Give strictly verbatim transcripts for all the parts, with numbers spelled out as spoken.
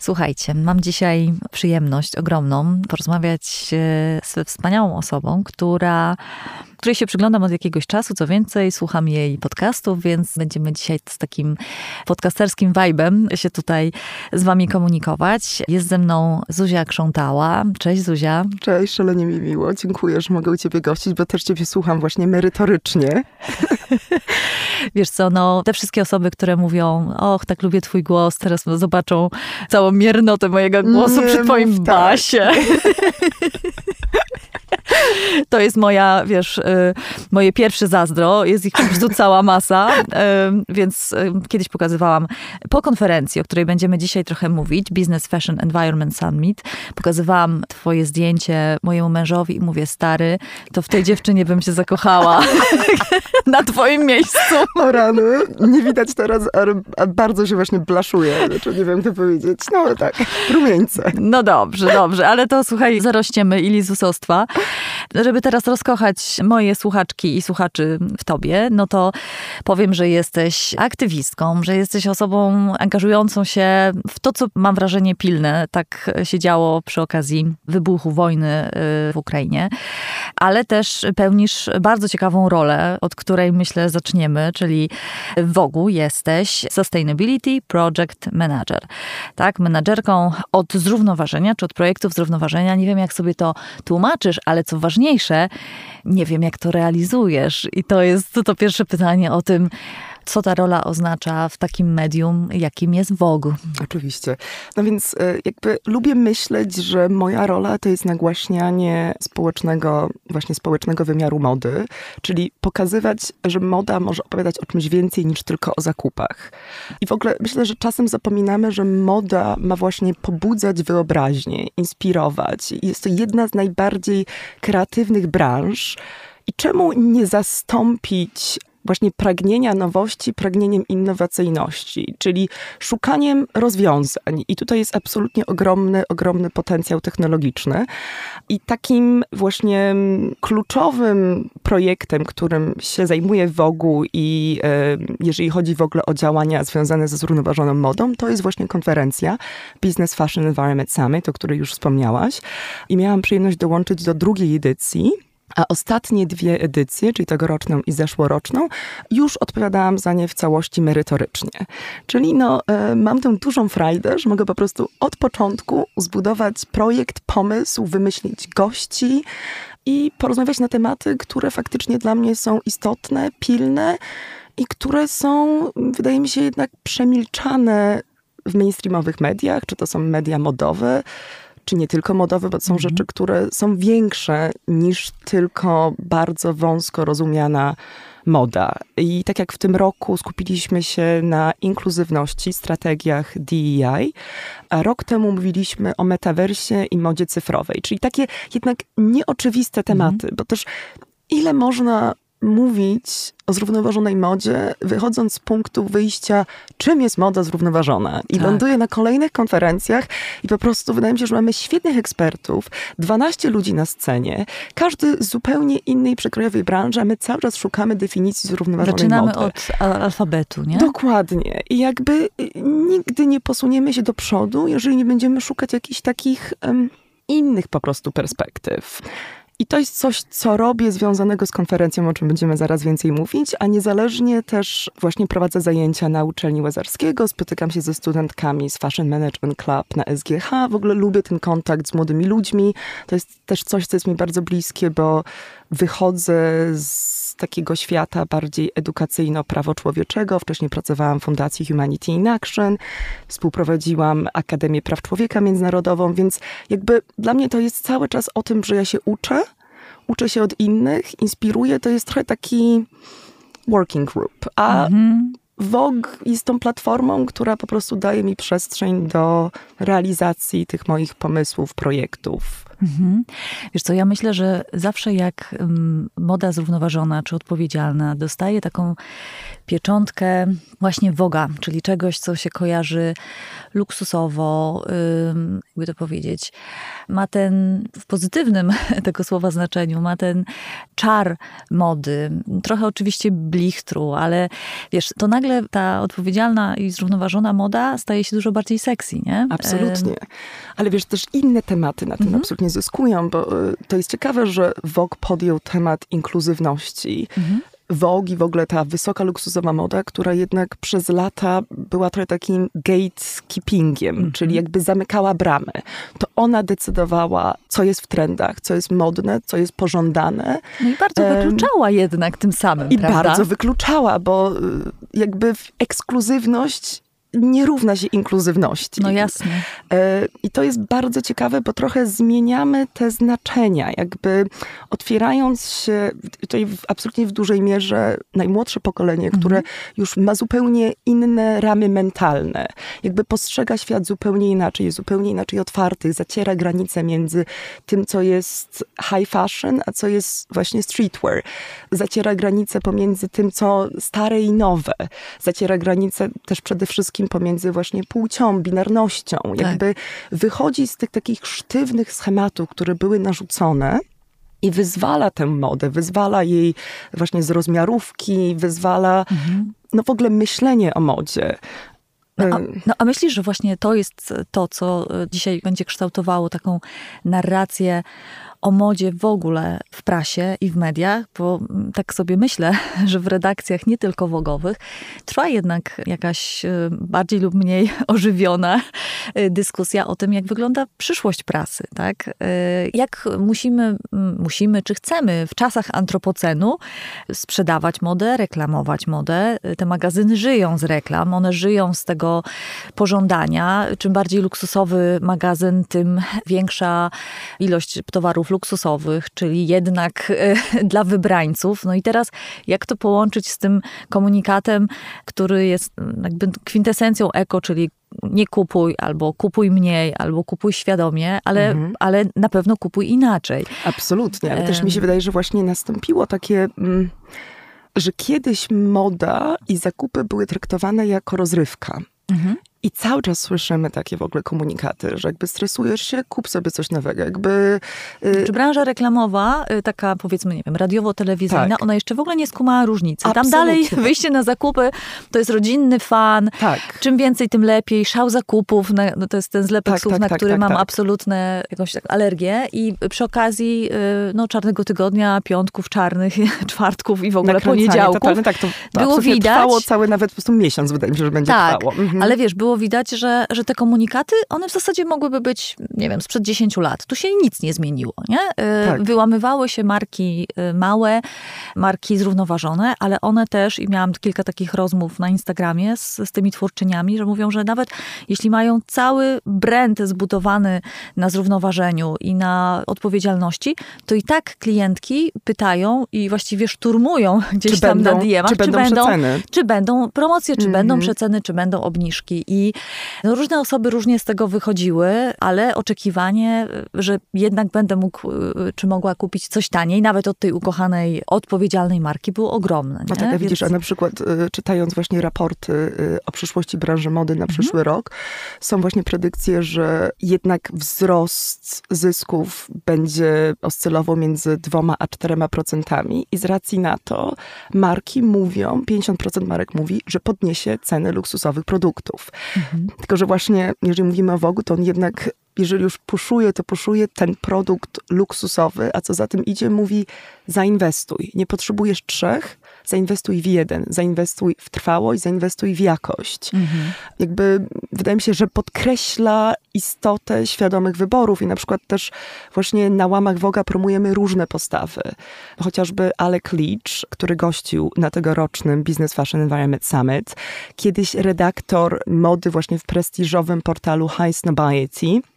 Słuchajcie, mam dzisiaj przyjemność ogromną porozmawiać z wspaniałą osobą, która, której się przyglądam od jakiegoś czasu. Co więcej, słucham jej podcastów, więc będziemy dzisiaj z takim podcasterskim vibe'em się tutaj z wami komunikować. Jest ze mną Zuzia Krzątała. Cześć Zuzia. Cześć, szalenie mi miło. Dziękuję, że mogę u ciebie gościć, bo też ciebie słucham właśnie merytorycznie. Wiesz co, no te wszystkie osoby, które mówią, och, tak lubię twój głos, teraz zobaczą całą miernotę mojego głosu Nie przy twoim mów tak. basie. To jest moja, wiesz, moje pierwsze zazdro. Jest ich po prostu cała masa. Więc kiedyś pokazywałam po konferencji, o której będziemy dzisiaj trochę mówić, Business Fashion Environment Summit, pokazywałam twoje zdjęcie mojemu mężowi i mówię, stary, to w tej dziewczynie bym się zakochała na twoim miejscu. O rany, nie widać teraz, ale bardzo się właśnie blaszuje. Znaczy, nie wiem, co powiedzieć. No ale tak, rumieńce. No dobrze, dobrze, ale to słuchaj, zarośniemy i lizusostwa. Żeby teraz rozkochać moje słuchaczki i słuchaczy w tobie, no to powiem, że jesteś aktywistką, że jesteś osobą angażującą się w to, co mam wrażenie pilne. Tak się działo przy okazji wybuchu wojny w Ukrainie. Ale też pełnisz bardzo ciekawą rolę, od której myślę zaczniemy, czyli w Vogue'u jesteś Sustainability Project Manager. Tak, menadżerką od zrównoważenia, czy od projektów zrównoważenia. Nie wiem, jak sobie to tłumaczysz, ale co ważniejsze, nie wiem, jak to realizujesz. I to jest to, to pierwsze pytanie o tym, co ta rola oznacza w takim medium, jakim jest Vogue. Oczywiście. No więc jakby lubię myśleć, że moja rola to jest nagłaśnianie społecznego, właśnie społecznego wymiaru mody, czyli pokazywać, że moda może opowiadać o czymś więcej niż tylko o zakupach. I w ogóle myślę, że czasem zapominamy, że moda ma właśnie pobudzać wyobraźnię, inspirować. Jest to jedna z najbardziej kreatywnych branż. I czemu nie zastąpić właśnie pragnienia nowości, pragnieniem innowacyjności, czyli szukaniem rozwiązań. I tutaj jest absolutnie ogromny, ogromny potencjał technologiczny. I takim właśnie kluczowym projektem, którym się zajmuje Vogue i e, jeżeli chodzi w ogóle o działania związane ze zrównoważoną modą, to jest właśnie konferencja Business Fashion Environment Summit, o której już wspomniałaś. I miałam przyjemność dołączyć do drugiej edycji. A ostatnie dwie edycje, czyli tegoroczną i zeszłoroczną, już odpowiadałam za nie w całości merytorycznie. Czyli no, y, mam tę dużą frajdę, że mogę po prostu od początku zbudować projekt, pomysł, wymyślić gości i porozmawiać na tematy, które faktycznie dla mnie są istotne, pilne i które są, wydaje mi się, jednak przemilczane w mainstreamowych mediach, czy to są media modowe, czy nie tylko modowe, bo są mhm. rzeczy, które są większe niż tylko bardzo wąsko rozumiana moda. I tak jak w tym roku skupiliśmy się na inkluzywności, strategiach D E I, a rok temu mówiliśmy o metaversie i modzie cyfrowej, czyli takie jednak nieoczywiste tematy, mhm. bo też ile można mówić o zrównoważonej modzie, wychodząc z punktu wyjścia, czym jest moda zrównoważona. I tak. ląduję na kolejnych konferencjach i po prostu wydaje mi się, że mamy świetnych ekspertów, dwanaście ludzi na scenie, każdy z zupełnie innej przekrojowej branży, a my cały czas szukamy definicji zrównoważonej Zaczynamy mody. Zaczynamy od alfabetu, nie? Dokładnie. I jakby nigdy nie posuniemy się do przodu, jeżeli nie będziemy szukać jakichś takich um, innych po prostu perspektyw. I to jest coś, co robię związanego z konferencją, o czym będziemy zaraz więcej mówić, a niezależnie też właśnie prowadzę zajęcia na uczelni Łazarskiego, spotykam się ze studentkami z Fashion Management Club na S G H. W ogóle lubię ten kontakt z młodymi ludźmi. To jest też coś, co jest mi bardzo bliskie, bo wychodzę z takiego świata bardziej edukacyjno-prawo-człowieczego. Wcześniej pracowałam w Fundacji Humanity in Action, współprowadziłam Akademię Praw Człowieka Międzynarodową, więc jakby dla mnie to jest cały czas o tym, że ja się uczę, uczę się od innych, inspiruję. To jest trochę taki working group. A mhm. Vogue jest tą platformą, która po prostu daje mi przestrzeń do realizacji tych moich pomysłów, projektów. Mhm. Wiesz co, ja myślę, że zawsze jak um, moda zrównoważona czy odpowiedzialna dostaje taką pieczątkę właśnie Vogue'a, czyli czegoś, co się kojarzy luksusowo, um, jakby to powiedzieć, ma ten, w pozytywnym tego słowa znaczeniu, ma ten czar mody, trochę oczywiście blichtru, ale wiesz, to nagle ta odpowiedzialna i zrównoważona moda staje się dużo bardziej sexy, nie? Absolutnie. Ale wiesz, też inne tematy na tym mhm. absolutnie zyskują, bo to jest ciekawe, że Vogue podjął temat inkluzywności. Mhm. Vogue i w ogóle ta wysoka luksusowa moda, która jednak przez lata była trochę takim gatekeepingiem, mm-hmm. czyli jakby zamykała bramy. To ona decydowała, co jest w trendach, co jest modne, co jest pożądane. No i bardzo um, wykluczała jednak tym samym, I prawda? bardzo wykluczała, bo jakby ekskluzywność nie równa się inkluzywności. No jasne. I to jest bardzo ciekawe, bo trochę zmieniamy te znaczenia, jakby otwierając się, tutaj w, absolutnie w dużej mierze najmłodsze pokolenie, mm-hmm. które już ma zupełnie inne ramy mentalne, jakby postrzega świat zupełnie inaczej, jest zupełnie inaczej otwarty, zaciera granice między tym, co jest high fashion, a co jest właśnie streetwear. Zaciera granice pomiędzy tym, co stare i nowe. Zaciera granice też przede wszystkim pomiędzy właśnie płcią, binarnością. Tak. Jakby wychodzi z tych takich sztywnych schematów, które były narzucone i wyzwala tę modę, wyzwala jej właśnie z rozmiarówki, wyzwala mhm. no w ogóle myślenie o modzie. No a, no a myślisz, że właśnie to jest to, co dzisiaj będzie kształtowało taką narrację o modzie w ogóle w prasie i w mediach, bo tak sobie myślę, że w redakcjach nie tylko wogowych trwa jednak jakaś bardziej lub mniej ożywiona dyskusja o tym, jak wygląda przyszłość prasy, tak? Jak musimy, musimy czy chcemy w czasach antropocenu sprzedawać modę, reklamować modę. Te magazyny żyją z reklam, one żyją z tego pożądania. Czym bardziej luksusowy magazyn, tym większa ilość towarów luksusowych, czyli jednak y, dla wybrańców. No i teraz jak to połączyć z tym komunikatem, który jest jakby kwintesencją eko, czyli nie kupuj, albo kupuj mniej, albo kupuj świadomie, ale, mhm. ale na pewno kupuj inaczej. Absolutnie, ale też mi się wydaje, że właśnie nastąpiło takie... Mm, że kiedyś moda i zakupy były traktowane jako rozrywka. Mhm. I cały czas słyszymy takie w ogóle komunikaty, że jakby stresujesz się, kup sobie coś nowego. Jakby, y... Czy branża reklamowa, taka powiedzmy, nie wiem, radiowo-telewizyjna, tak. ona jeszcze w ogóle nie skumała różnicy. Absolutnie. Tam dalej wyjście na zakupy to jest rodzinny fan. Tak. Czym więcej, tym lepiej. Szał zakupów, na, no to jest ten zlepek tak, słów, tak, na tak, który tak, mam tak. absolutne jakąś tak alergię. I przy okazji no, czarnego tygodnia, piątków czarnych, czwartków i w ogóle poniedziałków. Totalne, tak, to, to było widać. Trwało cały nawet po prostu miesiąc, wydaje mi się, że będzie tak, trwało. Mhm. Ale wiesz, było widać, że, że te komunikaty, one w zasadzie mogłyby być, nie wiem, sprzed dziesięciu lat. Tu się nic nie zmieniło, nie? Tak. Wyłamywały się marki małe, marki zrównoważone, ale one też, i miałam kilka takich rozmów na Instagramie z, z tymi twórczyniami, że mówią, że nawet jeśli mają cały brand zbudowany na zrównoważeniu i na odpowiedzialności, to i tak klientki pytają i właściwie szturmują gdzieś czy tam będą, na D M-ach, czy, czy będą, będą czy będą promocje, czy mm-hmm. będą przeceny, czy będą obniżki. I no, różne osoby różnie z tego wychodziły, ale oczekiwanie, że jednak będę mógł, czy mogła kupić coś taniej, nawet od tej ukochanej, odpowiedzialnej marki, było ogromne. Nie? No tak, a widzisz, Więc... a na przykład czytając właśnie raporty o przyszłości branży mody na przyszły mhm. rok, są właśnie predykcje, że jednak wzrost zysków będzie oscylował między dwoma a czterema procentami i z racji na to marki mówią, pięćdziesiąt procent marek mówi, że podniesie ceny luksusowych produktów. Mhm. Tylko, że właśnie, jeżeli mówimy o Vogue, to on jednak, jeżeli już puszuje, to puszuje ten produkt luksusowy, a co za tym idzie, mówi zainwestuj. Nie potrzebujesz trzech, zainwestuj w jeden. Zainwestuj w trwałość, zainwestuj w jakość. Mhm. Jakby wydaje mi się, że podkreśla istotę świadomych wyborów i na przykład też właśnie na łamach Vogue'a promujemy różne postawy. Chociażby Alec Leach, który gościł na tegorocznym Business Fashion Environment Summit. Kiedyś redaktor mody właśnie w prestiżowym portalu High Snobiety.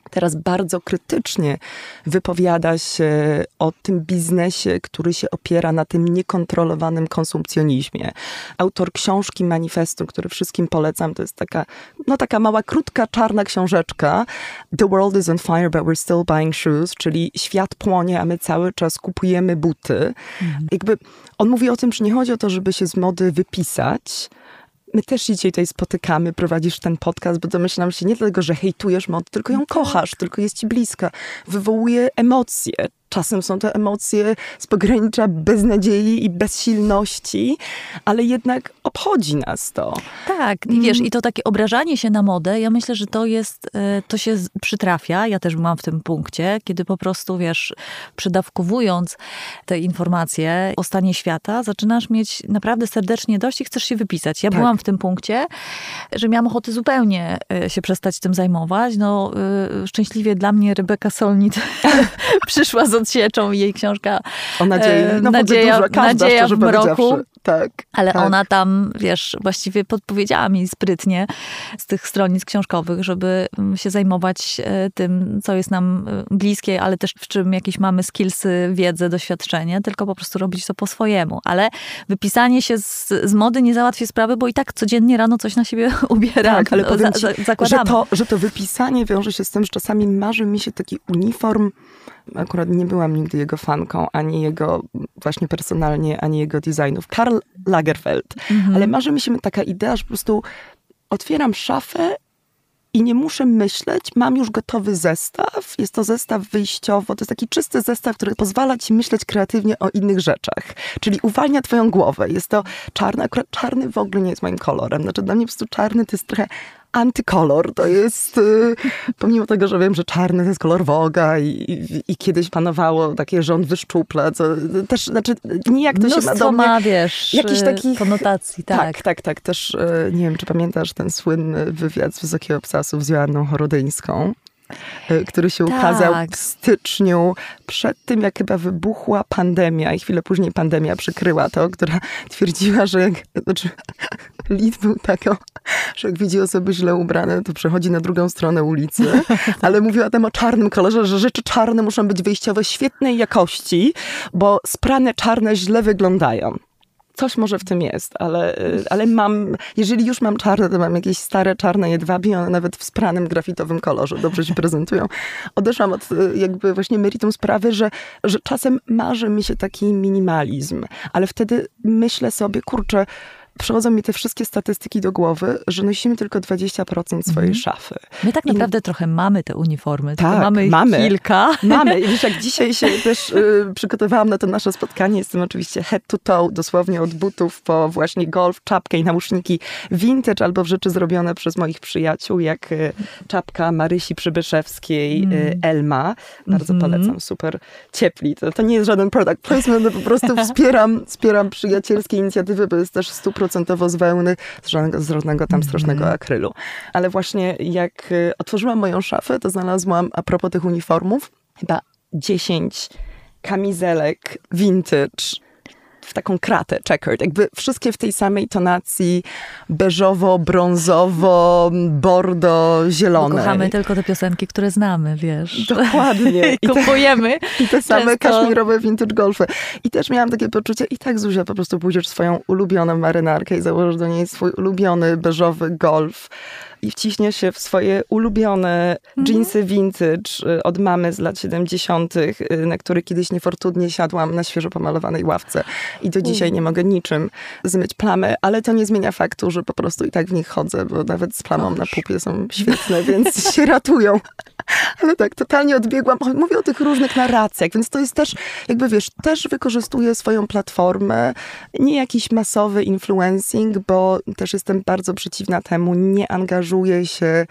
teraz bardzo krytycznie wypowiada się o tym biznesie, który się opiera na tym niekontrolowanym konsumpcjonizmie. Autor książki Manifestu, który wszystkim polecam, to jest taka, no taka mała, krótka, czarna książeczka. The world is on fire, but we're still buying shoes, czyli świat płonie, a my cały czas kupujemy buty. Mhm. Jakby on mówi o tym, że nie chodzi o to, żeby się z mody wypisać. My też się dzisiaj tutaj spotykamy, prowadzisz ten podcast, bo domyślam się nie dlatego, że hejtujesz modę, tylko ją kochasz, tylko jest ci bliska. Wywołuje emocje. Czasem są to emocje z pogranicza beznadziei i bezsilności, ale jednak obchodzi nas to. Tak, i wiesz, i to takie obrażanie się na modę, ja myślę, że to jest, to się przytrafia, ja też byłam w tym punkcie, kiedy po prostu, wiesz, przydawkowując te informacje o stanie świata, zaczynasz mieć naprawdę serdecznie dość i chcesz się wypisać. Ja tak. byłam w tym punkcie, że miałam ochotę zupełnie się przestać tym zajmować. No, szczęśliwie dla mnie Rebeka Solnit przyszła z odsieczą i jej książka o nadziei. No, nadzieja, dużo, każda, nadzieja w mroku. Tak, ale tak. ona tam, wiesz, właściwie podpowiedziała mi sprytnie z tych stronic książkowych, żeby się zajmować tym, co jest nam bliskie, ale też w czym jakieś mamy skillsy, wiedzę, doświadczenie, tylko po prostu robić to po swojemu. Ale wypisanie się z, z mody nie załatwi sprawy, bo i tak codziennie rano coś na siebie ubieram. Tak, ale powiem ci, za, zakładamy. Że, to, że to wypisanie wiąże się z tym, że czasami marzy mi się taki uniform. Akurat nie byłam nigdy jego fanką, ani jego właśnie personalnie, ani jego designów. Karl Lagerfeld. Mhm. Ale marzy mi się taka idea, że po prostu otwieram szafę i nie muszę myśleć, mam już gotowy zestaw. Jest to zestaw wyjściowo, to jest taki czysty zestaw, który pozwala ci myśleć kreatywnie o innych rzeczach. Czyli uwalnia twoją głowę. Jest to czarny, akurat czarny w ogóle nie jest moim kolorem. Znaczy dla mnie po prostu czarny to jest trochę antykolor. To jest, yy, pomimo tego, że wiem, że czarny to jest kolor Vogue'a i, i, i kiedyś panowało takie rząd wyszczupla, co też, znaczy nijak to się ma do mnie. ma, wiesz, jakichś takich konotacji, tak. Tak, tak, tak. Też yy, nie wiem, czy pamiętasz ten słynny wywiad z Wysokiego Obcasu z Joanną Chorodyńską, który się ukazał tak. w styczniu, przed tym, jak chyba wybuchła pandemia i chwilę później pandemia przykryła to, która twierdziła, że jak, znaczy, lit był taką, że jak widzi osoby źle ubrane, to przechodzi na drugą stronę ulicy, ale mówiła tam o czarnym kolorze, że rzeczy czarne muszą być wyjściowo świetnej jakości, bo sprane czarne źle wyglądają. Coś może w tym jest, ale, ale mam, jeżeli już mam czarne, to mam jakieś stare czarne jedwabi, one nawet w spranym grafitowym kolorze dobrze się prezentują. Odeszłam od jakby właśnie meritum sprawy, że, że czasem marzy mi się taki minimalizm, ale wtedy myślę sobie, kurczę, przychodzą mi te wszystkie statystyki do głowy, że nosimy tylko dwadzieścia procent swojej mm. szafy. My tak naprawdę I... trochę mamy te uniformy. Tak, mamy ich mamy. kilka. Mamy. I wiesz, jak dzisiaj się też y, przygotowałam na to nasze spotkanie, jestem oczywiście head to toe, dosłownie od butów po właśnie golf, czapkę i nauszniki vintage albo w rzeczy zrobione przez moich przyjaciół, jak y, czapka Marysi Przybyszewskiej, mm. y, Elma. Bardzo mm. polecam, super ciepli. To, to nie jest żaden product placement, no po prostu wspieram, wspieram przyjacielskie inicjatywy, bo jest też stu procentów z wełny, z żadnego, z żadnego tam strasznego mm. akrylu. Ale właśnie jak y, otworzyłam moją szafę, to znalazłam, a propos tych uniformów, chyba dziesięć kamizelek vintage w taką kratę checkered. Jakby wszystkie w tej samej tonacji beżowo, brązowo, bordo, zielonej. Bo kochamy tylko te piosenki, które znamy, wiesz. Dokładnie. I kupujemy. I te same często kaszmirowe vintage golfy. I też miałam takie poczucie, i tak Zuzia, po prostu pójdziesz swoją ulubioną marynarkę i założysz do niej swój ulubiony beżowy golf i wciśniesz się w swoje ulubione dżinsy vintage od mamy z lat siedemdziesiątych, na które kiedyś niefortunnie siadłam na świeżo pomalowanej ławce i do dzisiaj nie mogę niczym zmyć plamy, ale to nie zmienia faktu, że po prostu i tak w nich chodzę, bo nawet z plamą na pupie są świetne, więc się ratują. Ale tak, totalnie odbiegłam. Mówię o tych różnych narracjach, więc to jest też, jakby wiesz, też wykorzystuję swoją platformę, nie jakiś masowy influencing, bo też jestem bardzo przeciwna temu, nie angażuję się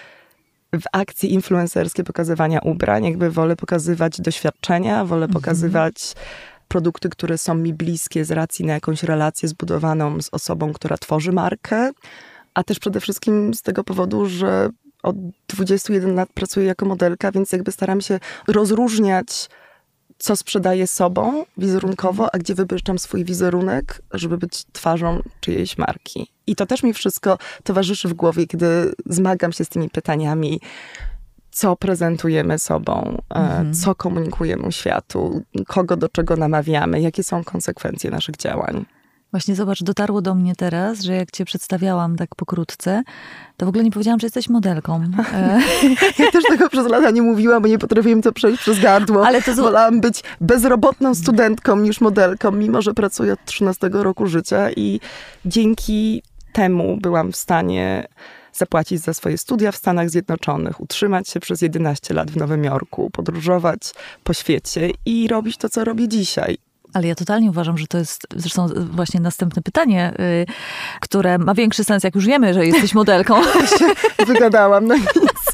w akcje influencerskie pokazywania ubrań, jakby wolę pokazywać doświadczenia, wolę mhm. pokazywać produkty, które są mi bliskie z racji na jakąś relację zbudowaną z osobą, która tworzy markę, a też przede wszystkim z tego powodu, że od dwudziestu jeden lat pracuję jako modelka, więc jakby staram się rozróżniać, co sprzedaję sobą wizerunkowo, a gdzie wypuszczam swój wizerunek, żeby być twarzą czyjejś marki. I to też mi wszystko towarzyszy w głowie, kiedy zmagam się z tymi pytaniami, co prezentujemy sobą, mhm. co komunikujemy światu, kogo do czego namawiamy, jakie są konsekwencje naszych działań. Właśnie zobacz, dotarło do mnie teraz, że jak cię przedstawiałam tak pokrótce, to w ogóle nie powiedziałam, że jesteś modelką. Ja też tego przez lata nie mówiłam, bo nie potrafiłam to przejść przez gardło. Ale to z... Wolałam być bezrobotną studentką niż modelką, mimo że pracuję od trzynastego roku życia i dzięki temu byłam w stanie zapłacić za swoje studia w Stanach Zjednoczonych, utrzymać się przez jedenaście lat w Nowym Jorku, podróżować po świecie i robić to, co robię dzisiaj. Ale ja totalnie uważam, że to jest zresztą właśnie następne pytanie, yy, które ma większy sens, jak już wiemy, że jesteś modelką. Wygadałam, no nic.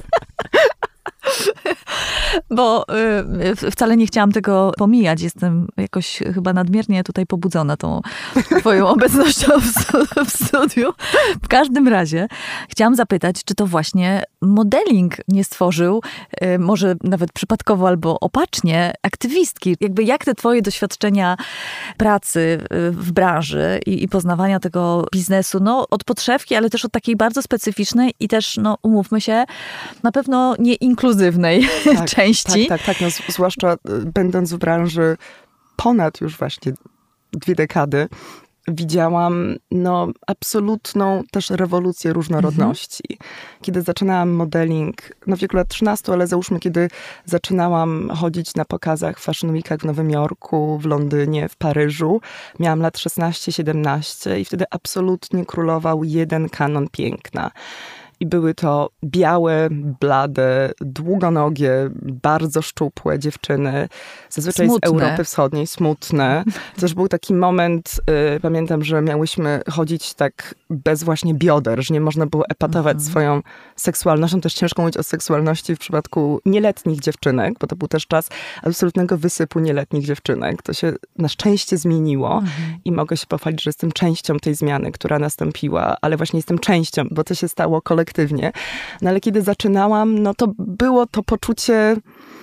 Bo y, wcale nie chciałam tego pomijać. Jestem jakoś chyba nadmiernie tutaj pobudzona tą twoją obecnością w, w studiu. W każdym razie chciałam zapytać, czy to właśnie modeling nie stworzył, y, może nawet przypadkowo albo opacznie, aktywistki. Jakby jak te twoje doświadczenia pracy w branży i, i poznawania tego biznesu, no od podszewki, ale też od takiej bardzo specyficznej i też, no umówmy się, na pewno nieinkluzywnej tak, części. Tak, tak, tak. No, z, zwłaszcza będąc w branży ponad już właśnie dwie dekady, widziałam no, absolutną też rewolucję różnorodności. Mhm. Kiedy zaczynałam modeling, no w wieku lat trzynastu, ale załóżmy, kiedy zaczynałam chodzić na pokazach w Fashion Weekach w Nowym Jorku, w Londynie, w Paryżu, miałam lat szesnaście siedemnaście i wtedy absolutnie królował jeden kanon piękna. I były to białe, blade, długonogie, bardzo szczupłe dziewczyny, zazwyczaj smutne. Z Europy Wschodniej, smutne. To też był taki moment, y, pamiętam, że miałyśmy chodzić tak bez właśnie bioder, że nie można było epatować mhm. swoją seksualnością. Też ciężko mówić o seksualności w przypadku nieletnich dziewczynek, bo to był też czas absolutnego wysypu nieletnich dziewczynek. To się na szczęście zmieniło mhm. i mogę się pochwalić, że jestem częścią tej zmiany, która nastąpiła, ale właśnie jestem częścią, bo to się stało kolektywnie. No ale kiedy zaczynałam, no to było to poczucie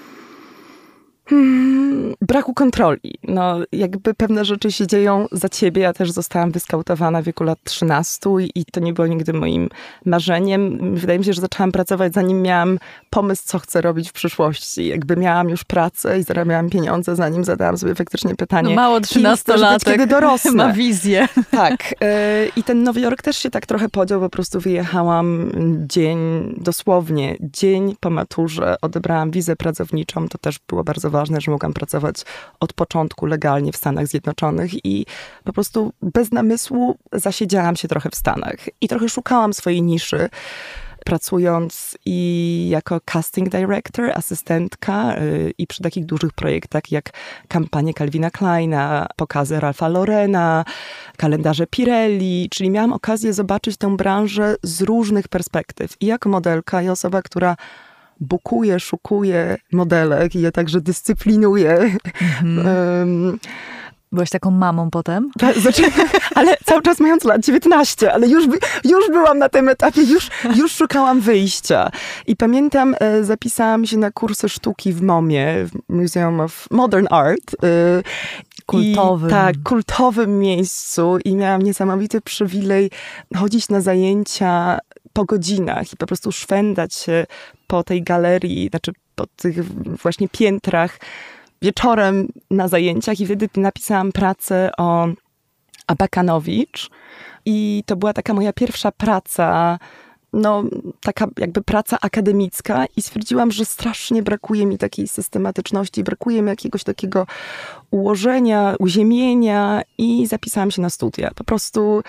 hmm, braku kontroli. No jakby pewne rzeczy się dzieją za ciebie. Ja też zostałam wyskautowana w wieku lat trzynastu i, i to nie było nigdy moim marzeniem. Wydaje mi się, że zaczęłam pracować, zanim miałam pomysł, co chcę robić w przyszłości. Jakby miałam już pracę i zarabiałam pieniądze, zanim zadałam sobie faktycznie pytanie, no mało trzynastolatek, kiedy dorosnę. Ma wizję. Tak. Yy, I ten Nowy Jork też się tak trochę podział. Po prostu wyjechałam dzień, dosłownie dzień po maturze. Odebrałam wizę pracowniczą. To też było bardzo ważne, że mogłam pracować od początku legalnie w Stanach Zjednoczonych i po prostu bez namysłu zasiedziałam się trochę w Stanach. I trochę szukałam swojej niszy, pracując i jako casting director, asystentka yy, i przy takich dużych projektach jak kampanie Calvina Kleina, pokazy Ralpha Laurena, kalendarze Pirelli, czyli miałam okazję zobaczyć tę branżę z różnych perspektyw. I jako modelka, i osoba, która bukuje, szukuje modelek i je także dyscyplinuje. Mhm. Um, Byłaś taką mamą potem? Tak, znaczy, ale cały czas mając lat dziewiętnaście, ale już, już byłam na tym etapie, już, już szukałam wyjścia. I pamiętam, e, zapisałam się na kursy sztuki w MoMie, w Museum of Modern Art. E, kultowym. I, tak, kultowym miejscu i miałam niesamowity przywilej chodzić na zajęcia po godzinach i po prostu szwendać się po tej galerii, znaczy po tych właśnie piętrach wieczorem na zajęciach i wtedy napisałam pracę o Abakanowicz i to była taka moja pierwsza praca, no taka jakby praca akademicka i stwierdziłam, że strasznie brakuje mi takiej systematyczności, brakuje mi jakiegoś takiego ułożenia, uziemienia i zapisałam się na studia. Po prostu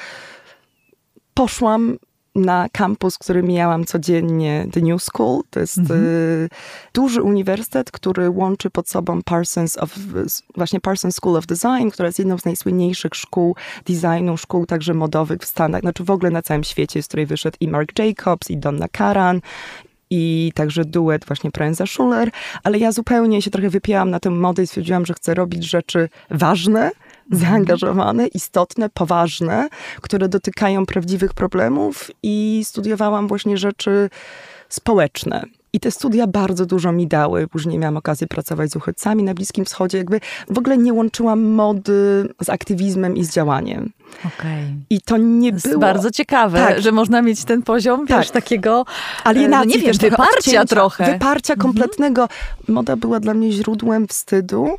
poszłam na kampus, który mijałam codziennie, The New School. To jest mhm. y, duży uniwersytet, który łączy pod sobą Parsons of, właśnie Parsons School of Design, która jest jedną z najsłynniejszych szkół designu, szkół także modowych w Stanach, znaczy w ogóle na całym świecie, z której wyszedł i Marc Jacobs, i Donna Karan, i także duet właśnie Prenza Schuler, ale ja zupełnie się trochę wypijałam na tę modę i stwierdziłam, że chcę robić rzeczy ważne, zaangażowane, istotne, poważne, które dotykają prawdziwych problemów i studiowałam właśnie rzeczy społeczne. I te studia bardzo dużo mi dały. Później miałam okazję pracować z uchodźcami na Bliskim Wschodzie. Jakby w ogóle nie łączyłam mody z aktywizmem i z działaniem. Okay. I to nie to jest było... bardzo ciekawe, tak. że można mieć ten poziom, tak. wiesz, takiego alienacji, no nie wiem, wiesz, wyparcia odcięcia, trochę. Wyparcia kompletnego. Mhm. Moda była dla mnie źródłem wstydu.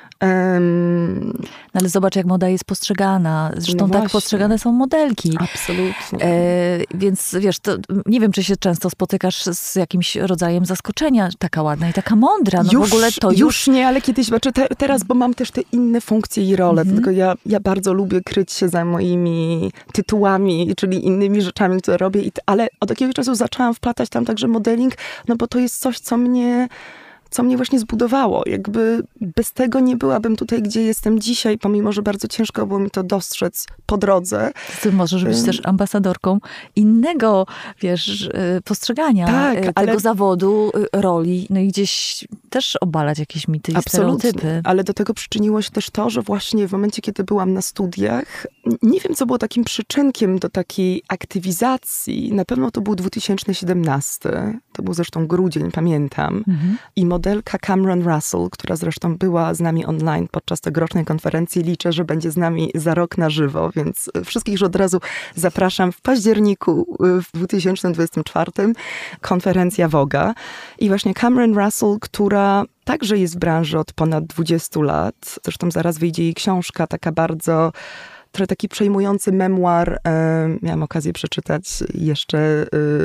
Um, no ale zobacz, jak moda jest postrzegana. Zresztą no tak postrzegane są modelki. Absolutnie. E, więc wiesz, to, nie wiem, czy się często spotykasz z jakimś rodzajem zaskoczenia. Taka ładna i taka mądra. No już, w ogóle to już... Już nie, ale kiedyś, znaczy te, teraz, bo mam też te inne funkcje i role, mhm. tylko ja, ja bardzo lubię kryć się za moimi tytułami, czyli innymi rzeczami, które robię. I, ale od jakiegoś czasu zaczęłam wplatać tam także modeling, no bo to jest coś, co mnie... co mnie właśnie zbudowało. Jakby bez tego nie byłabym tutaj, gdzie jestem dzisiaj, pomimo, że bardzo ciężko było mi to dostrzec po drodze. Ty możesz być um, też ambasadorką innego, wiesz, postrzegania tak, tego ale, zawodu, roli, no i gdzieś też obalać jakieś mity i stereotypy. Ale do tego przyczyniło się też to, że właśnie w momencie, kiedy byłam na studiach, nie wiem, co było takim przyczynkiem do takiej aktywizacji. Na pewno to był dwa tysiące siedemnasty. To był zresztą grudzień, pamiętam. Mhm. I modelka Cameron Russell, która zresztą była z nami online podczas tegorocznej konferencji, liczę, że będzie z nami za rok na żywo, więc wszystkich już od razu zapraszam w październiku w dwa tysiące dwudziestym czwartym konferencja Vogue'a. I właśnie Cameron Russell, która także jest w branży od ponad dwudziestu lat, zresztą zaraz wyjdzie jej książka, taka bardzo... trochę taki przejmujący memuar, e, miałam okazję przeczytać jeszcze... E,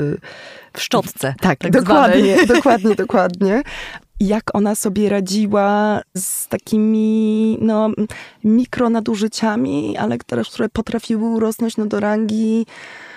w szczotce. Tak, tak dokładnie, dokładnie, dokładnie. Jak ona sobie radziła z takimi no, mikronadużyciami, ale które, które potrafiły urosnąć no, do rangi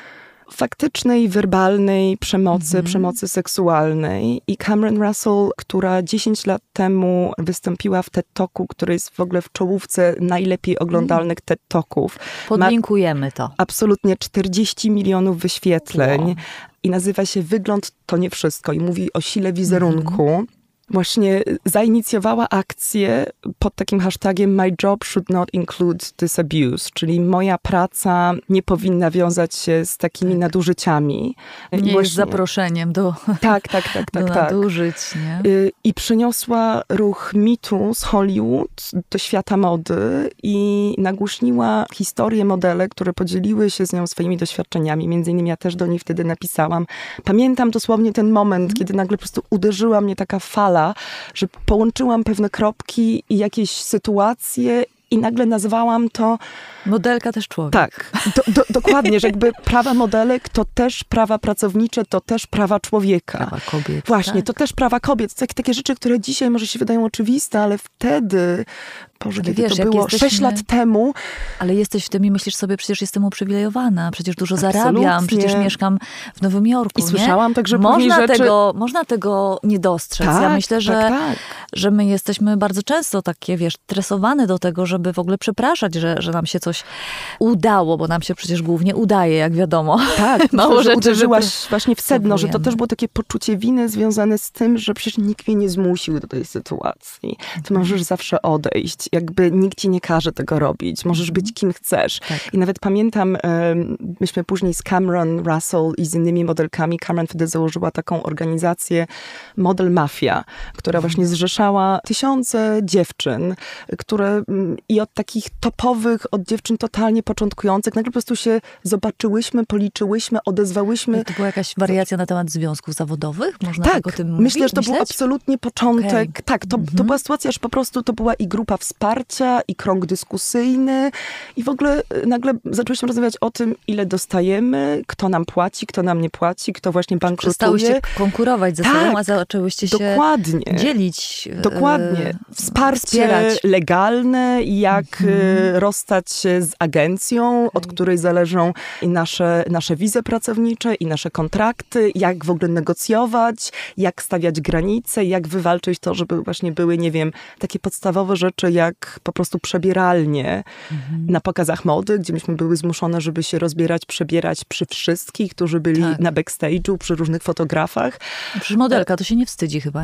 faktycznej, werbalnej przemocy, mm-hmm. przemocy seksualnej. I Cameron Russell, która dziesięć lat temu wystąpiła w TED Talku, który jest w ogóle w czołówce najlepiej oglądalnych TED Talków. Podlinkujemy Ma to. Absolutnie czterdzieści milionów wyświetleń. Wow. I nazywa się Wygląd to nie wszystko. I mówi o sile wizerunku. Mm-hmm. Właśnie zainicjowała akcję pod takim hashtagiem My job should not include this abuse, czyli moja praca nie powinna wiązać się z takimi tak. nadużyciami. Nie właśnie, jest zaproszeniem do, tak, tak, tak, tak, do tak. nadużyć. Nie? I przyniosła ruch Me Too z Hollywood do świata mody i nagłośniła historię modele, które podzieliły się z nią swoimi doświadczeniami. Między innymi ja też do niej wtedy napisałam. Pamiętam dosłownie ten moment, mm. kiedy nagle po prostu uderzyła mnie taka fala, że połączyłam pewne kropki i jakieś sytuacje i nagle nazwałam to... Modelka też człowiek. Tak, do, do, dokładnie, że jakby prawa modelek to też prawa pracownicze, to też prawa człowieka. Prawa kobiet. Właśnie, tak. to też prawa kobiet. To takie rzeczy, które dzisiaj może się wydają oczywiste, ale wtedy... Boże, kiedy wiesz, to było jesteśmy, sześć lat temu. Ale jesteś w tym i myślisz sobie, przecież jestem uprzywilejowana, przecież dużo Absolutnie. zarabiam, przecież mieszkam w Nowym Jorku. I słyszałam także można później rzeczy... Tego, można tego nie dostrzec. Tak, ja myślę, że, tak, tak. że my jesteśmy bardzo często takie, wiesz, tresowane do tego, żeby w ogóle przepraszać, że, że nam się coś udało, bo nam się przecież głównie udaje, jak wiadomo. Tak, mało myślę, rzeczy uderzyłaś właśnie w sedno, że to też było takie poczucie winy związane z tym, że przecież nikt mnie nie zmusił do tej sytuacji. Ty możesz zawsze odejść. Jakby nikt ci nie każe tego robić. Możesz być kim chcesz. Tak. I nawet pamiętam, myśmy później z Cameron Russell i z innymi modelkami, Cameron wtedy założyła taką organizację Model Mafia, która właśnie zrzeszała tysiące dziewczyn, które i od takich topowych, od dziewczyn totalnie początkujących, nagle po prostu się zobaczyłyśmy, policzyłyśmy, odezwałyśmy. To była jakaś wariacja na temat związków zawodowych? Można tak, tak o tym mówić? Myślę, że to myśleć? był absolutnie początek. Okay. Tak, to, mhm. to była sytuacja, że po prostu to była i grupa wsparcia, i krąg dyskusyjny i w ogóle nagle zaczęłyśmy rozmawiać o tym, ile dostajemy, kto nam płaci, kto nam nie płaci, kto właśnie bankrutuje. Przestałyście konkurować ze tak, sobą, a zaczęłyście się dokładnie. dzielić. Dokładnie. Wsparcie wspierać. legalne, jak mhm. rozstać się z agencją, okay. od której zależą i nasze, nasze wizy pracownicze, i nasze kontrakty, jak w ogóle negocjować, jak stawiać granice, jak wywalczyć to, żeby właśnie były, nie wiem, takie podstawowe rzeczy, jak po prostu przebieralnie mhm. na pokazach mody, gdzie myśmy były zmuszone, żeby się rozbierać, przebierać przy wszystkich, którzy byli tak. na backstage'u, przy różnych fotografach. Przecież modelka to się nie wstydzi chyba, nie?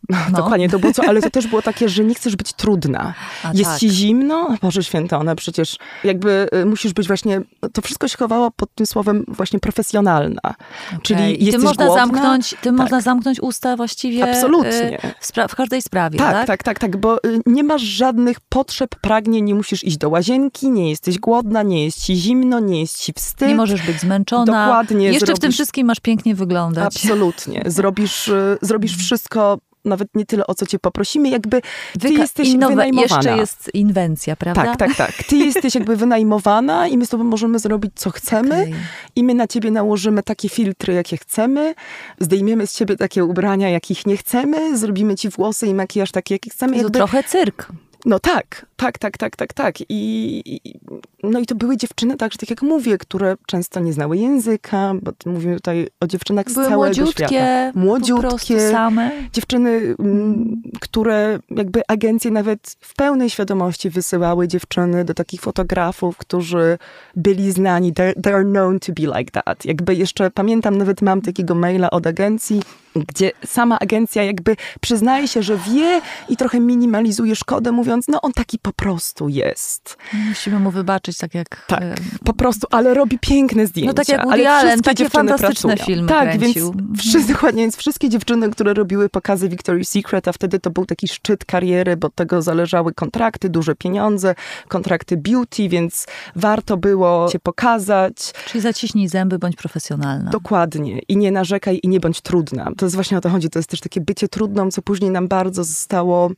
No. Dokładnie, to było co, ale to też było takie, że nie chcesz być trudna. A Jest tak. ci zimno? Boże święte, ona przecież jakby y, musisz być właśnie, to wszystko się chowało pod tym słowem właśnie profesjonalna. Okay. Czyli I jesteś tym można głodna? zamknąć, tym Tak. można zamknąć usta właściwie Absolutnie. y, w, spra- w każdej sprawie, Tak, tak? tak, tak, tak, bo y, nie masz żadnych potrzeb, pragnień, nie musisz iść do łazienki, nie jesteś głodna, nie jest ci zimno, nie jest ci wstyd. Nie możesz być zmęczona. Dokładnie. Jeszcze zrobisz... w tym wszystkim masz pięknie wyglądać. Absolutnie. Zrobisz, y, zrobisz wszystko, nawet nie tyle, o co cię poprosimy, jakby ty Wyka- jesteś innowa- wynajmowana. Jeszcze jest inwencja, prawda? Tak, tak, tak. Ty jesteś jakby wynajmowana i my z tobą możemy zrobić, co chcemy Okay. i my na ciebie nałożymy takie filtry, jakie chcemy, zdejmiemy z ciebie takie ubrania, jakich nie chcemy, zrobimy ci włosy i makijaż taki, jaki chcemy. To Jakby... trochę cyrk. No tak, tak, tak, tak, tak, tak. I, i, no i to były dziewczyny, także tak jak mówię, które często nie znały języka, bo mówimy tutaj o dziewczynach z Były całego młodziutkie, świata. Młodziutkie, po prostu same. Dziewczyny, m, które jakby agencje nawet w pełnej świadomości wysyłały dziewczyny do takich fotografów, którzy byli znani, they're, they're known to be like that. Jakby jeszcze pamiętam, nawet mam takiego maila od agencji, gdzie sama agencja jakby przyznaje się, że wie i trochę minimalizuje szkodę, mówiąc, no on taki po prostu jest. Musimy mu wybaczyć, tak jak... Tak, po prostu, ale robi piękne zdjęcia. No tak jak ale Woody Allen, takie dziewczyny fantastyczne pracują. filmy Tak, kręcił. więc wszyscy, dokładnie, więc wszystkie dziewczyny, które robiły pokazy Victoria's Secret, a wtedy to był taki szczyt kariery, bo od tego zależały kontrakty, duże pieniądze, kontrakty beauty, więc warto było się pokazać. Czyli zaciśnij zęby, bądź profesjonalna. Dokładnie. I nie narzekaj i nie bądź trudna. To jest właśnie o to chodzi. To jest też takie bycie trudną, co później nam bardzo zostało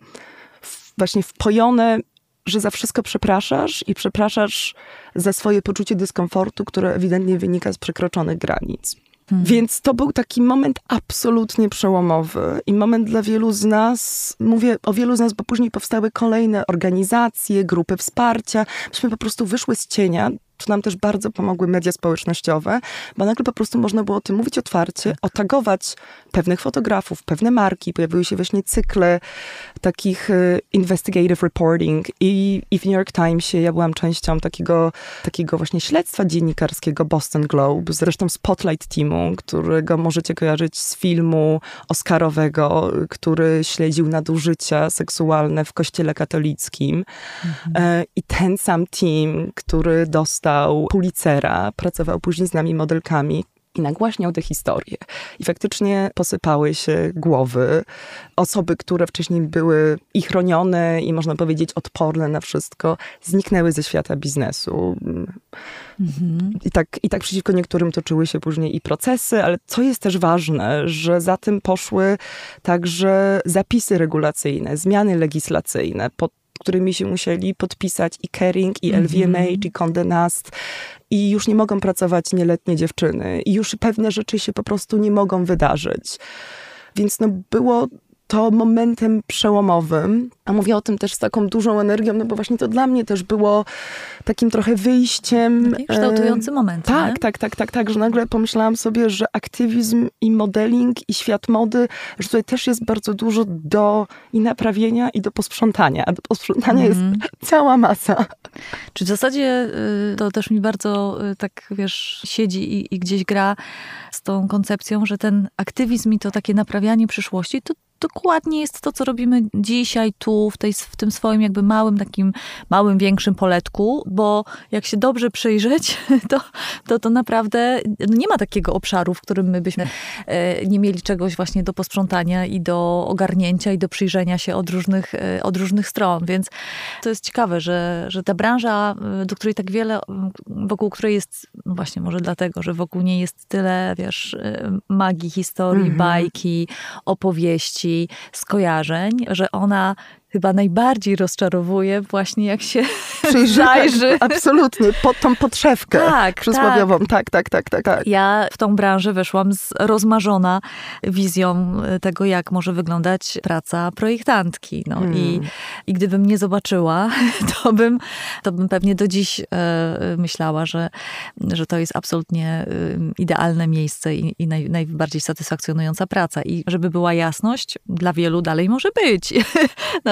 w, właśnie wpojone, że za wszystko przepraszasz i przepraszasz za swoje poczucie dyskomfortu, które ewidentnie wynika z przekroczonych granic. Hmm. Więc to był taki moment absolutnie przełomowy i moment dla wielu z nas, mówię o wielu z nas, bo później powstały kolejne organizacje, grupy wsparcia. Myśmy po prostu wyszły z cienia. Tu nam też bardzo pomogły media społecznościowe, bo nagle po prostu można było o tym mówić otwarcie, otagować pewnych fotografów, pewne marki. Pojawiły się właśnie cykle takich investigative reporting i, i w New York Timesie ja byłam częścią takiego, takiego właśnie śledztwa dziennikarskiego Boston Globe, zresztą Spotlight Teamu, którego możecie kojarzyć z filmu oscarowego, który śledził nadużycia seksualne w kościele katolickim. Mhm. I ten sam team, który dostał Pulitzera, pracował później z nami modelkami i nagłaśniał te historie. I faktycznie posypały się głowy. Osoby, które wcześniej były i chronione i można powiedzieć odporne na wszystko, zniknęły ze świata biznesu. Mhm. I, tak, I tak przeciwko niektórym toczyły się później i procesy, ale co jest też ważne, że za tym poszły także zapisy regulacyjne, zmiany legislacyjne, pod którymi się musieli podpisać i Kering, i L V M H, mm-hmm. i Condé Nast. I już nie mogą pracować nieletnie dziewczyny. I już pewne rzeczy się po prostu nie mogą wydarzyć. Więc no było to momentem przełomowym. A mówię o tym też z taką dużą energią, no bo właśnie to dla mnie też było takim trochę wyjściem. Taki kształtujący moment. Tak, nie? tak, tak, tak, tak, że nagle pomyślałam sobie, że aktywizm i modeling i świat mody, że tutaj też jest bardzo dużo do i naprawienia i do posprzątania. A do posprzątania mm. jest cała masa. Czy w zasadzie to też mi bardzo tak, wiesz, siedzi i, i gdzieś gra z tą koncepcją, że ten aktywizm i to takie naprawianie przyszłości, to dokładnie jest to, co robimy dzisiaj, tu, w, tej, w tym swoim jakby małym, takim małym, większym poletku, bo jak się dobrze przyjrzeć, to to, to naprawdę nie ma takiego obszaru, w którym my byśmy nie mieli czegoś właśnie do posprzątania i do ogarnięcia i do przyjrzenia się od różnych, od różnych stron, więc to jest ciekawe, że, że ta branża, do której tak wiele, wokół której jest, no właśnie może dlatego, że wokół niej jest tyle, wiesz, magii, historii, mhm. bajki, opowieści, skojarzeń, że ona chyba najbardziej rozczarowuje właśnie jak się zajrzy. Absolutnie, pod tą podszewkę tak, przysłowiową. Tak. tak, tak, tak, tak. Ja w tą branżę weszłam z rozmarzona wizją tego, jak może wyglądać praca projektantki. No hmm. i, i gdybym nie zobaczyła, to bym, to bym pewnie do dziś e, myślała, że, że to jest absolutnie e, idealne miejsce i, i naj, najbardziej satysfakcjonująca praca. I żeby była jasność, dla wielu dalej może być.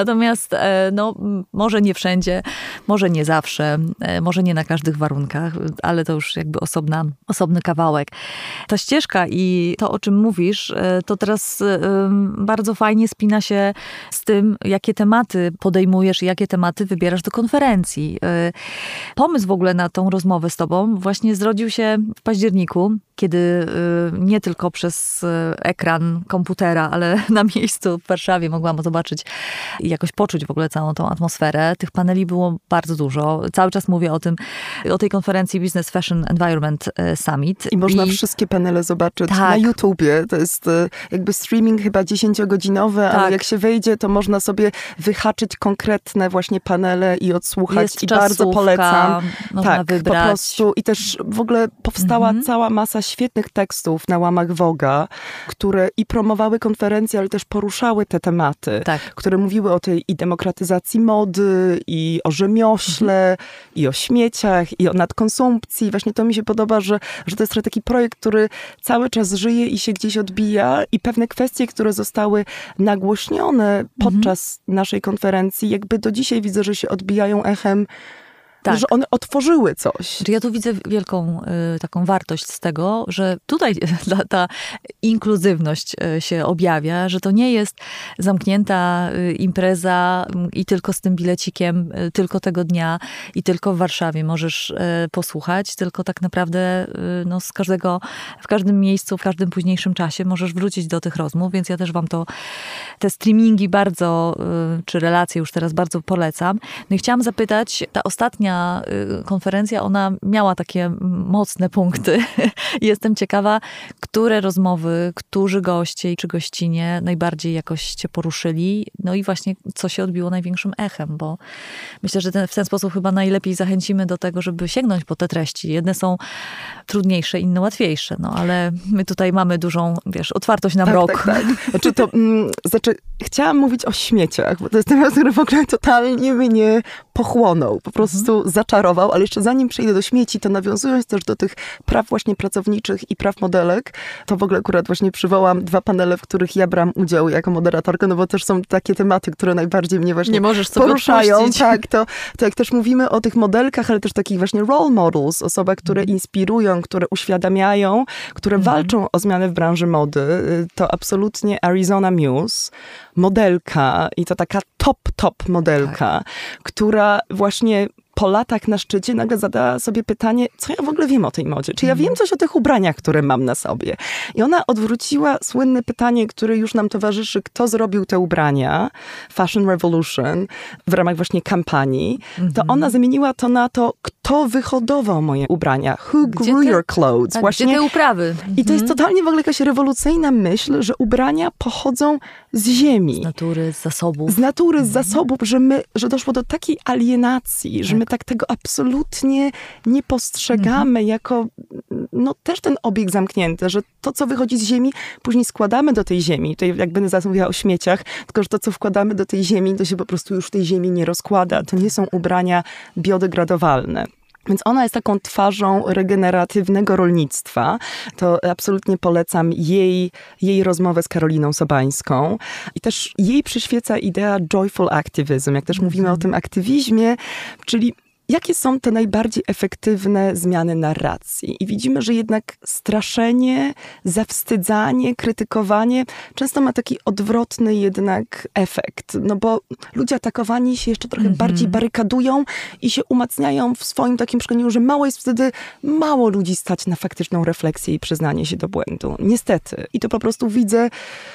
Natomiast no, może nie wszędzie, może nie zawsze, może nie na każdych warunkach, ale to już jakby osobna, osobny kawałek. Ta ścieżka i to, o czym mówisz, to teraz bardzo fajnie spina się z tym, jakie tematy podejmujesz i jakie tematy wybierasz do konferencji. Pomysł w ogóle na tą rozmowę z tobą właśnie zrodził się w październiku, kiedy nie tylko przez ekran komputera, ale na miejscu w Warszawie mogłam zobaczyć i jakoś poczuć w ogóle całą tą atmosferę. Tych paneli było bardzo dużo. Cały czas mówię o tym, o tej konferencji Business Fashion Environment Summit. I można I... wszystkie panele zobaczyć tak. na YouTubie. To jest jakby streaming chyba dziesięciogodzinnowy, tak. ale jak się wejdzie, to można sobie wyhaczyć konkretne właśnie panele i odsłuchać. Jest I czasówka, bardzo polecam. Można tak, wybrać. po prostu. I też w ogóle powstała mhm. cała masa świetnych tekstów na łamach Vogue'a, które i promowały konferencje, ale też poruszały te tematy, tak. które mówiły o tej i demokratyzacji mody, i o rzemiośle, mhm. i o śmieciach, i o nadkonsumpcji. Właśnie to mi się podoba, że, że to jest taki projekt, który cały czas żyje i się gdzieś odbija i pewne kwestie, które zostały nagłośnione podczas mhm. naszej konferencji, jakby do dzisiaj widzę, że się odbijają echem, tak. że one otworzyły coś. Ja tu widzę wielką y, taką wartość z tego, że tutaj ta, ta inkluzywność y, się objawia, że to nie jest zamknięta y, impreza i tylko z tym bilecikiem, y, tylko tego dnia i tylko w Warszawie możesz y, posłuchać, tylko tak naprawdę y, no, z każdego, w każdym miejscu, w każdym późniejszym czasie możesz wrócić do tych rozmów, więc ja też wam to, te streamingi bardzo, y, czy relacje już teraz bardzo polecam. No i chciałam zapytać, ta ostatnia konferencja, ona miała takie mocne punkty. Jestem ciekawa, które rozmowy, którzy goście czy gościnie najbardziej jakoś cię poruszyli. No i właśnie, co się odbiło największym echem, bo myślę, że ten, w ten sposób chyba najlepiej zachęcimy do tego, żeby sięgnąć po te treści. Jedne są trudniejsze, inne łatwiejsze, no ale my tutaj mamy dużą, wiesz, otwartość na tak, mrok. Tak, tak. Znaczy to, mm, znaczy, chciałam mówić o śmieciach, bo to jest temat, który w ogóle totalnie mnie pochłonął. Po prostu mhm. zaczarował, ale jeszcze zanim przejdę do śmieci, to nawiązując też do tych praw właśnie pracowniczych i praw modelek, to w ogóle akurat właśnie przywołam dwa panele, w których ja brałam udział jako moderatorka, no bo też są takie tematy, które najbardziej mnie właśnie Nie możesz sobie poruszają. Odpuścić. Tak, to, to jak też mówimy o tych modelkach, ale też takich właśnie role models, osoby, które mhm. inspirują, które uświadamiają, które mhm. walczą o zmianę w branży mody, to absolutnie Arizona Muse, modelka i to taka top, top modelka, tak. która właśnie po latach na szczycie nagle zadała sobie pytanie, co ja w ogóle wiem o tej modzie? Czy ja mm. wiem coś o tych ubraniach, które mam na sobie? I ona odwróciła słynne pytanie, które już nam towarzyszy, kto zrobił te ubrania, Fashion Revolution, w ramach właśnie kampanii, mm-hmm. to ona zamieniła to na to, kto wyhodował moje ubrania. Who gdzie grew te, your clothes? Tak, właśnie. Gdzie te uprawy? I to jest totalnie w ogóle jakaś rewolucyjna myśl, że ubrania pochodzą z ziemi. Z natury, z zasobów. Z natury, z zasobów, że my, że doszło do takiej alienacji, tak. że my tak tego absolutnie nie postrzegamy mhm. jako, no też ten obieg zamknięty, że to, co wychodzi z ziemi, później składamy do tej ziemi. Tutaj jakby zaraz mówiła o śmieciach, tylko że to, co wkładamy do tej ziemi, to się po prostu już w tej ziemi nie rozkłada. To nie są ubrania biodegradowalne. Więc ona jest taką twarzą regeneratywnego rolnictwa. To absolutnie polecam jej, jej rozmowę z Karoliną Sobańską. I też jej przyświeca idea joyful activism, jak też mówimy o tym aktywizmie, czyli jakie są te najbardziej efektywne zmiany narracji? I widzimy, że jednak straszenie, zawstydzanie, krytykowanie często ma taki odwrotny jednak efekt. No bo ludzie atakowani się jeszcze trochę mm-hmm. bardziej barykadują i się umacniają w swoim takim przekonaniu, że mało jest wtedy, mało ludzi stać na faktyczną refleksję i przyznanie się do błędu. Niestety. I to po prostu widzę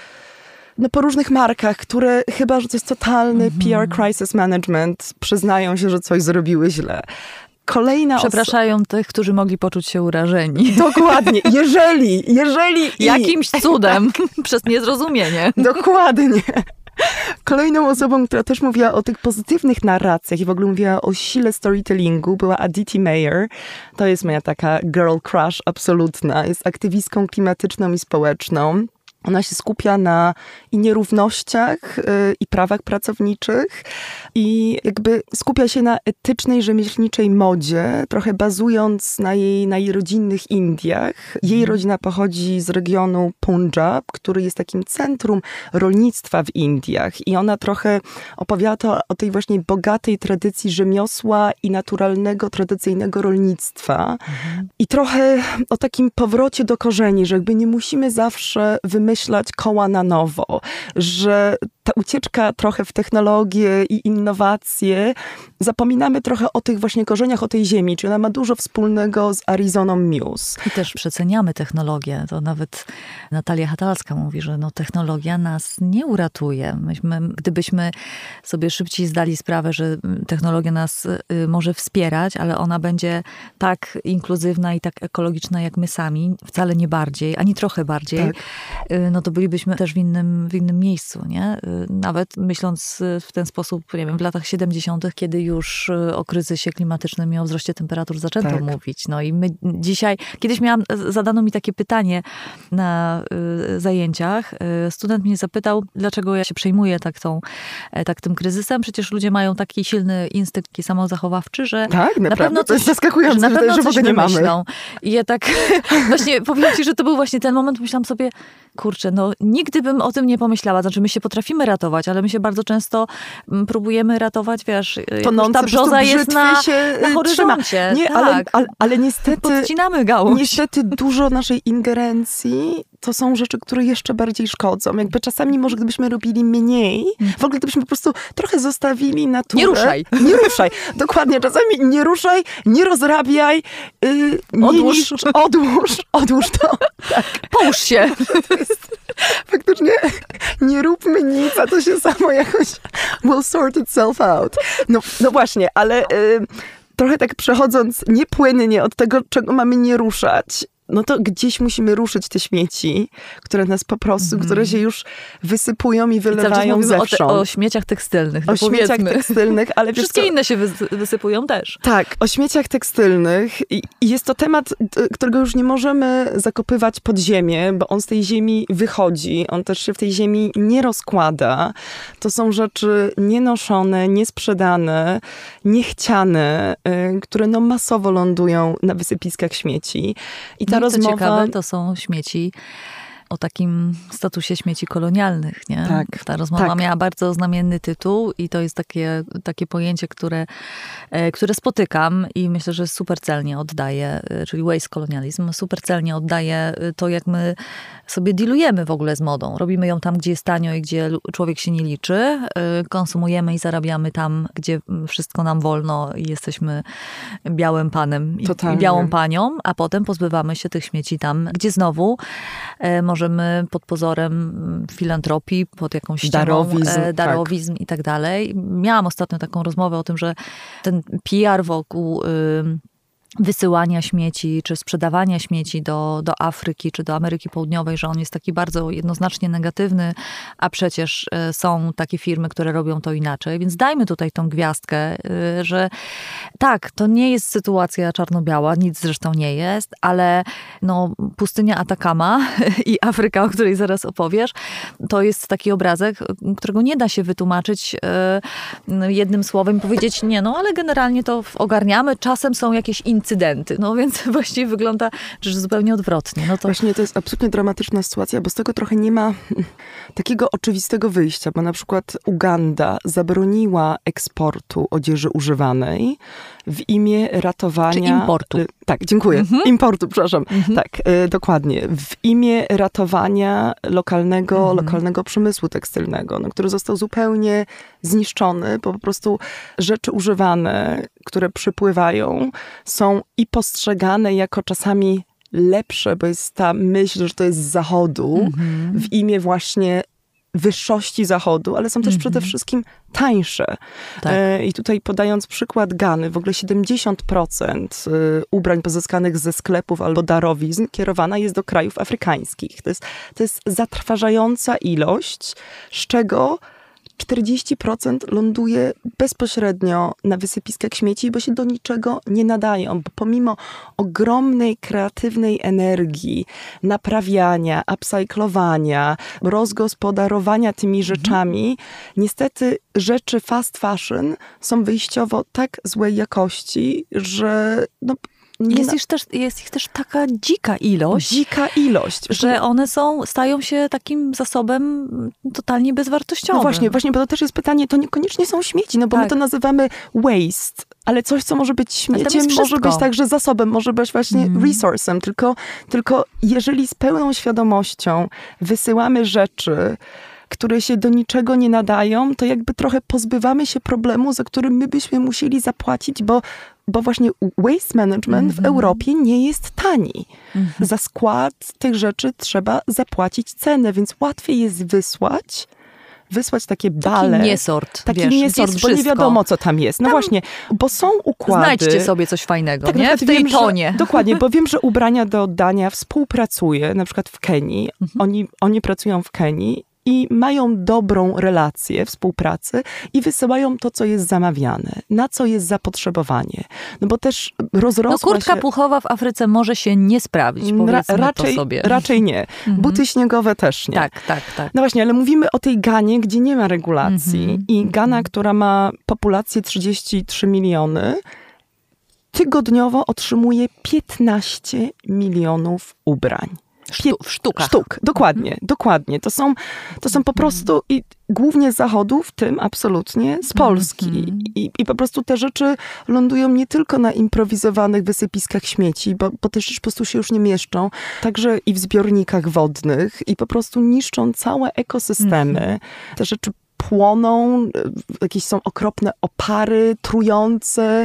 no po różnych markach, które chyba, że to jest totalny mm-hmm. P R crisis management, przyznają się, że coś zrobiły źle. Kolejna Przepraszają oso- tych, którzy mogli poczuć się urażeni. Dokładnie. Jeżeli, jeżeli... Jakimś cudem, przez niezrozumienie. Dokładnie. Kolejną osobą, która też mówiła o tych pozytywnych narracjach i w ogóle mówiła o sile storytellingu, była Aditi Mayer. To jest moja taka girl crush absolutna. Jest aktywistką klimatyczną i społeczną. Ona się skupia na i nierównościach, yy, i prawach pracowniczych i jakby skupia się na etycznej, rzemieślniczej modzie, trochę bazując na jej, na jej rodzinnych Indiach. Jej rodzina pochodzi z regionu Punjab, który jest takim centrum rolnictwa w Indiach i ona trochę opowiada to o tej właśnie bogatej tradycji rzemiosła i naturalnego, tradycyjnego rolnictwa. Mhm. I trochę o takim powrocie do korzeni, że jakby nie musimy zawsze wymyślać myśleć koła na nowo, że ta ucieczka trochę w technologię i innowacje, zapominamy trochę o tych właśnie korzeniach, o tej ziemi, czyli ona ma dużo wspólnego z Arizoną Muse. I też przeceniamy technologię. To nawet Natalia Hatalska mówi, że no, technologia nas nie uratuje. Myśmy, gdybyśmy sobie szybciej zdali sprawę, że technologia nas y, może wspierać, ale ona będzie tak inkluzywna i tak ekologiczna jak my sami, wcale nie bardziej, ani trochę bardziej, tak. y, no to bylibyśmy też w innym, w innym miejscu, nie? Nawet myśląc w ten sposób, nie wiem, w latach siedemdziesiątych, kiedy już o kryzysie klimatycznym i o wzroście temperatur zaczęto tak. mówić. No i my dzisiaj, kiedyś miałam, zadano mi takie pytanie na y, zajęciach. Y, student mnie zapytał, dlaczego ja się przejmuję tak, tą, tak tym kryzysem. Przecież ludzie mają taki silny instynkt, taki samozachowawczy, że tak, na pewno coś, to jest zaskakujące, że na pewno że, coś że nie wymyślą. mamy. I ja tak właśnie powiem ci, że to był właśnie ten moment, myślałam sobie, kurczę, no nigdy bym o tym nie pomyślała. Znaczy my się potrafimy ratować, ale my się bardzo często próbujemy ratować, wiesz, tonące, ta brzoza jest na, się na horyzoncie. Nie, tak. ale, ale, ale niestety... Podcinamy gałąź. Niestety dużo naszej ingerencji to są rzeczy, które jeszcze bardziej szkodzą. Jakby czasami może gdybyśmy robili mniej, w ogóle gdybyśmy po prostu trochę zostawili naturę. Nie ruszaj. Nie ruszaj. Dokładnie. Czasami nie ruszaj, nie rozrabiaj. Yy, nie odłóż. Niszcz, odłóż. Odłóż to. Tak. Połóż się. To jest, faktycznie nie róbmy nic, a to się samo jakoś will sort itself out. No, no właśnie, ale yy, trochę tak przechodząc niepłynnie od tego, czego mamy nie ruszać, no to gdzieś musimy ruszyć te śmieci, które nas po prostu, mm. które się już wysypują i wylewają I zewsząd. O, te, o śmieciach tekstylnych. No o śmieciach tekstylnych, ale wszystkie inne się wys- wysypują też. Tak, o śmieciach tekstylnych i, i jest to temat, którego już nie możemy zakopywać pod ziemię, bo on z tej ziemi wychodzi, on też się w tej ziemi nie rozkłada. To są rzeczy nienoszone, niesprzedane, niechciane, y, które no masowo lądują na wysypiskach śmieci. I ta no i rozmowa... co ciekawe, to są śmieci o takim statusie śmieci kolonialnych, nie? Tak, Ta rozmowa tak. miała bardzo znamienny tytuł i to jest takie, takie pojęcie, które, które spotykam i myślę, że super celnie oddaje, czyli waste kolonializm, super celnie oddaje to, jak my sobie dealujemy w ogóle z modą. Robimy ją tam, gdzie jest tanio i gdzie człowiek się nie liczy. Konsumujemy i zarabiamy tam, gdzie wszystko nam wolno i jesteśmy białym panem i, i białą panią, a potem pozbywamy się tych śmieci tam, gdzie znowu może możemy pod pozorem filantropii, pod jakąś ściemą, darowizm, e, darowizm tak. i tak dalej. Miałam ostatnio taką rozmowę o tym, że ten P R wokół y, wysyłania śmieci, czy sprzedawania śmieci do, do Afryki, czy do Ameryki Południowej, że on jest taki bardzo jednoznacznie negatywny, a przecież są takie firmy, które robią to inaczej. Więc dajmy tutaj tą gwiazdkę, że tak, to nie jest sytuacja czarno-biała, nic zresztą nie jest, ale no, pustynia Atakama i Afryka, o której zaraz opowiesz, to jest taki obrazek, którego nie da się wytłumaczyć jednym słowem i powiedzieć, nie no, ale generalnie to ogarniamy, czasem są jakieś incydenty. No więc właściwie wygląda rzecz zupełnie odwrotnie. No to... Właśnie to jest absolutnie dramatyczna sytuacja, bo z tego trochę nie ma takiego oczywistego wyjścia, bo na przykład Uganda zabroniła eksportu odzieży używanej w imię ratowania... Czy importu. Tak, dziękuję. Mhm. Importu, przepraszam. Mhm. Tak, y, dokładnie. W imię ratowania lokalnego, mhm. lokalnego przemysłu tekstylnego, no, który został zupełnie zniszczony, bo po prostu rzeczy używane, które przypływają, są i postrzegane jako czasami lepsze, bo jest ta myśl, że to jest z zachodu, mhm. w imię właśnie wyższości zachodu, ale są też mm-hmm. przede wszystkim tańsze. Tak. E, I tutaj podając przykład Gany, w ogóle siedemdziesiąt procent ubrań pozyskanych ze sklepów albo darowizn kierowana jest do krajów afrykańskich. To jest, to jest zatrważająca ilość, z czego czterdzieści procent ląduje bezpośrednio na wysypiskach śmieci, bo się do niczego nie nadają. Bo pomimo ogromnej kreatywnej energii, naprawiania, upcyclowania, rozgospodarowania tymi rzeczami, mhm. niestety rzeczy fast fashion są wyjściowo tak złej jakości, że no, Jest ich, też, jest ich też taka dzika ilość. Dzika ilość. Że one są, stają się takim zasobem totalnie bezwartościowym. No właśnie, właśnie, bo to też jest pytanie, to niekoniecznie są śmieci, no bo tak. my to nazywamy waste, ale coś, co może być śmieciem, może być także zasobem, może być właśnie mm. resource'em, tylko, tylko jeżeli z pełną świadomością wysyłamy rzeczy, które się do niczego nie nadają, to jakby trochę pozbywamy się problemu, za którym my byśmy musieli zapłacić, bo Bo właśnie waste management mm-hmm. w Europie nie jest tani. Mm-hmm. Za skład tych rzeczy trzeba zapłacić cenę, więc łatwiej jest wysłać, wysłać takie bale. Taki niesort, Taki wiesz, niesort, bo wszystko. Nie wiadomo, co tam jest. No tam właśnie, bo są układy. Znajdźcie sobie coś fajnego, tak, nie? W tej wiem, tonie. Że, dokładnie, bo wiem, że ubrania do oddania współpracuje, na przykład w Kenii. Mm-hmm. Oni, oni pracują w Kenii i mają dobrą relację, współpracy i wysyłają to, co jest zamawiane, na co jest zapotrzebowanie. No bo też rozrosła No kurtka się... puchowa w Afryce może się nie sprawdzić, powiedzmy Ra- raczej, to sobie. Raczej nie. Mhm. Buty śniegowe też nie. Tak, tak, tak. No właśnie, ale mówimy o tej Ganie, gdzie nie ma regulacji. Mhm. I Gana, która ma populację trzydzieści trzy miliony, tygodniowo otrzymuje piętnaście milionów ubrań. Sztu, w sztukach. Sztuk, dokładnie, mhm. dokładnie. To są, to są po prostu i głównie z zachodu, w tym absolutnie z Polski. Mhm. I, I po prostu te rzeczy lądują nie tylko na improwizowanych wysypiskach śmieci, bo, bo te rzeczy po prostu się już nie mieszczą, także i w zbiornikach wodnych i po prostu niszczą całe ekosystemy. Mhm. Te rzeczy płoną, jakieś są okropne opary trujące,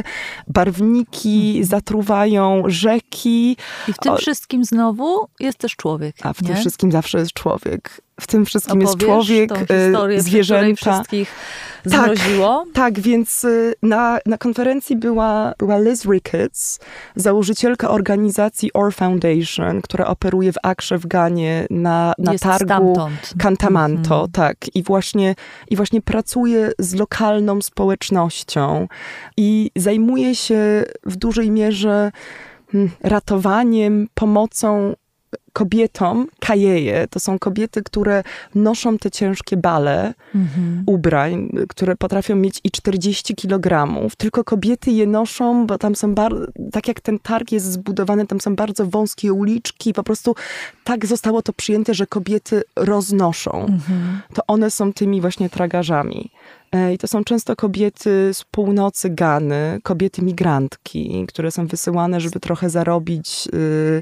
barwniki mhm. zatruwają rzeki. I w tym o... wszystkim znowu jest też człowiek. A w nie? tym wszystkim zawsze jest człowiek. W tym wszystkim Opowiesz jest człowiek, tą historię, zwierzęta. Wszystkich zmroziło. Tak, tak, więc na, na konferencji była, była Liz Ricketts, założycielka organizacji Or Foundation, która operuje w Akrze w Ganie na, na targu stamtąd. Kantamanto. Mm-hmm. Tak, i właśnie, i właśnie pracuje z lokalną społecznością i zajmuje się w dużej mierze hmm, ratowaniem, pomocą kobietom, kajeje, to są kobiety, które noszą te ciężkie bale mhm. ubrań, które potrafią mieć i czterdzieści kilogramów. Tylko kobiety je noszą, bo tam są bardzo, tak jak ten targ jest zbudowany, tam są bardzo wąskie uliczki. Po prostu tak zostało to przyjęte, że kobiety roznoszą. Mhm. To one są tymi właśnie tragarzami. I to są często kobiety z północy Gany, kobiety migrantki, które są wysyłane, żeby trochę zarobić... Yy,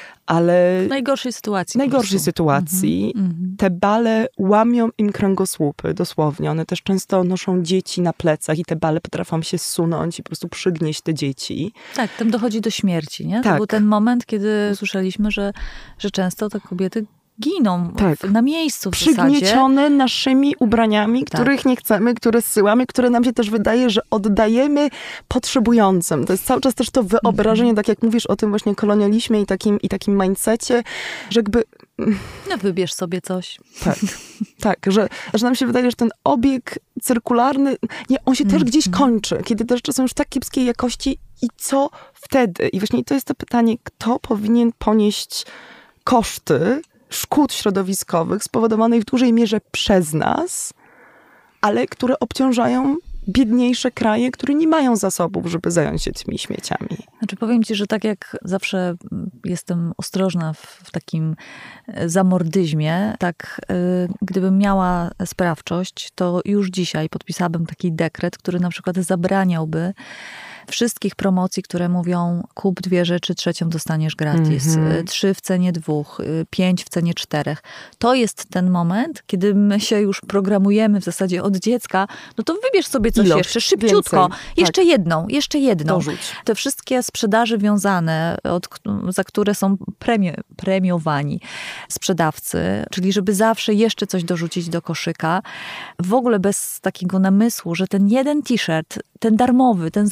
ale... W najgorszej sytuacji. W najgorszej sytuacji. Mm-hmm. Te bale łamią im kręgosłupy, dosłownie. One też często noszą dzieci na plecach i te bale potrafią się zsunąć i po prostu przygnieść te dzieci. Tak, tam dochodzi do śmierci, nie? Tak. To był ten moment, kiedy słyszeliśmy, że, że często te kobiety giną tak. w, na miejscu w Przygniecione zasadzie. naszymi ubraniami, tak. których nie chcemy, które zsyłamy, które nam się też wydaje, że oddajemy potrzebującym. To jest cały czas też to wyobrażenie, mm-hmm. tak jak mówisz o tym właśnie kolonializmie i takim, i takim mindsetie, że jakby... No wybierz sobie coś. Tak, tak, że, że nam się wydaje, że ten obieg cyrkularny, nie, on się mm-hmm. też gdzieś kończy, kiedy te rzeczy są już tak kiepskiej jakości i co wtedy? I właśnie to jest to pytanie, kto powinien ponieść koszty szkód środowiskowych spowodowanych w dużej mierze przez nas, ale które obciążają biedniejsze kraje, które nie mają zasobów, żeby zająć się tymi śmieciami. Znaczy powiem ci, że tak jak zawsze jestem ostrożna w, w takim zamordyzmie, tak y, gdybym miała sprawczość, to już dzisiaj podpisałabym taki dekret, który na przykład zabraniałby wszystkich promocji, które mówią kup dwie rzeczy, trzecią dostaniesz gratis, mm-hmm. trzy w cenie dwóch, pięć w cenie czterech. To jest ten moment, kiedy my się już programujemy w zasadzie od dziecka, no to wybierz sobie coś Ilość, jeszcze, szybciutko. Więcej. Jeszcze tak. jedną, jeszcze jedną. Dorzuć. Te wszystkie sprzedaży wiązane, od, za które są premio, premiowani sprzedawcy, czyli żeby zawsze jeszcze coś dorzucić do koszyka, w ogóle bez takiego namysłu, że ten jeden t-shirt, ten darmowy, ten za pięćdziesiąt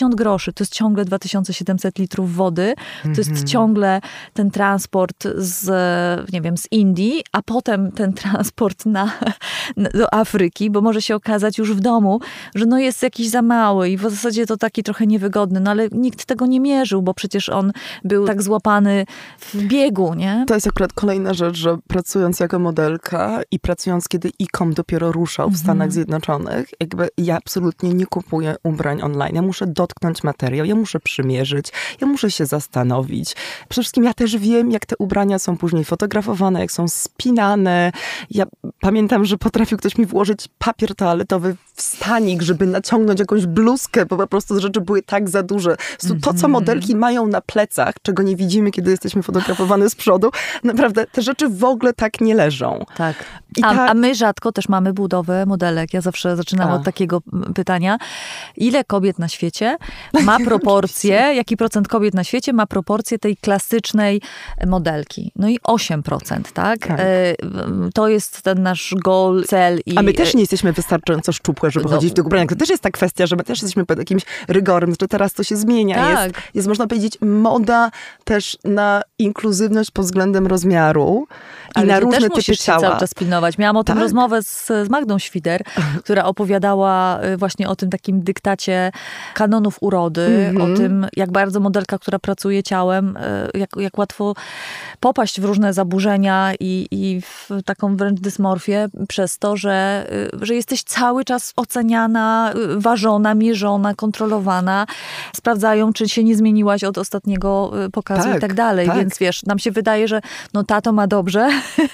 pięćdziesiąt groszy, to jest ciągle dwa tysiące siedemset litrów wody, to jest Mhm. ciągle ten transport z, nie wiem, z Indii, a potem ten transport na, do Afryki, bo może się okazać już w domu, że no jest jakiś za mały i w zasadzie to taki trochę niewygodny, no ale nikt tego nie mierzył, bo przecież on był tak złapany w biegu, nie? To jest akurat kolejna rzecz, że pracując jako modelka i pracując, kiedy e-com dopiero ruszał w Mhm. Stanach Zjednoczonych, jakby ja absolutnie nie kupuję ubrań online. Ja muszę dotknąć materiał, ja muszę przymierzyć, ja muszę się zastanowić. Przede wszystkim ja też wiem, jak te ubrania są później fotografowane, jak są spinane. Ja pamiętam, że potrafił ktoś mi włożyć papier toaletowy w stanik, żeby naciągnąć jakąś bluzkę, bo po prostu rzeczy były tak za duże. To, co modelki mają na plecach, czego nie widzimy, kiedy jesteśmy fotografowane z przodu, naprawdę te rzeczy w ogóle tak nie leżą. Tak. I A, ta- a my rzadko też mamy budowę modelek. Ja zawsze zaczynam A. od takiego pytania. Ile kobiet na świecie ma proporcje, jaki procent kobiet na świecie ma proporcje tej klasycznej modelki? No i osiem procent, tak? Tak. E, To jest ten nasz goal, cel. I, A my też nie jesteśmy wystarczająco szczupłe, żeby No. chodzić w tych ubraniach. To też jest ta kwestia, że my też jesteśmy pod jakimś rygorem, że teraz to się zmienia. Tak. Jest, jest, można powiedzieć, moda też na inkluzywność pod względem rozmiaru i Ale na ty różne też typy musisz się ciała. cały czas pilnować. Miałam o tym Tak. rozmowę z, z Magdą Świder, która opowiadała y, właśnie o tym takim dyktacie kanonów urody, Mhm. o tym, jak bardzo modelka, która pracuje ciałem, y, jak, jak łatwo popaść w różne zaburzenia i, i w taką wręcz dysmorfię przez to, że, y, że jesteś cały czas oceniana, y, ważona, mierzona, kontrolowana. Sprawdzają, czy się nie zmieniłaś od ostatniego y, pokazu Tak, i tak dalej. tak. Więc wiesz, nam się wydaje, że no tato ma dobrze,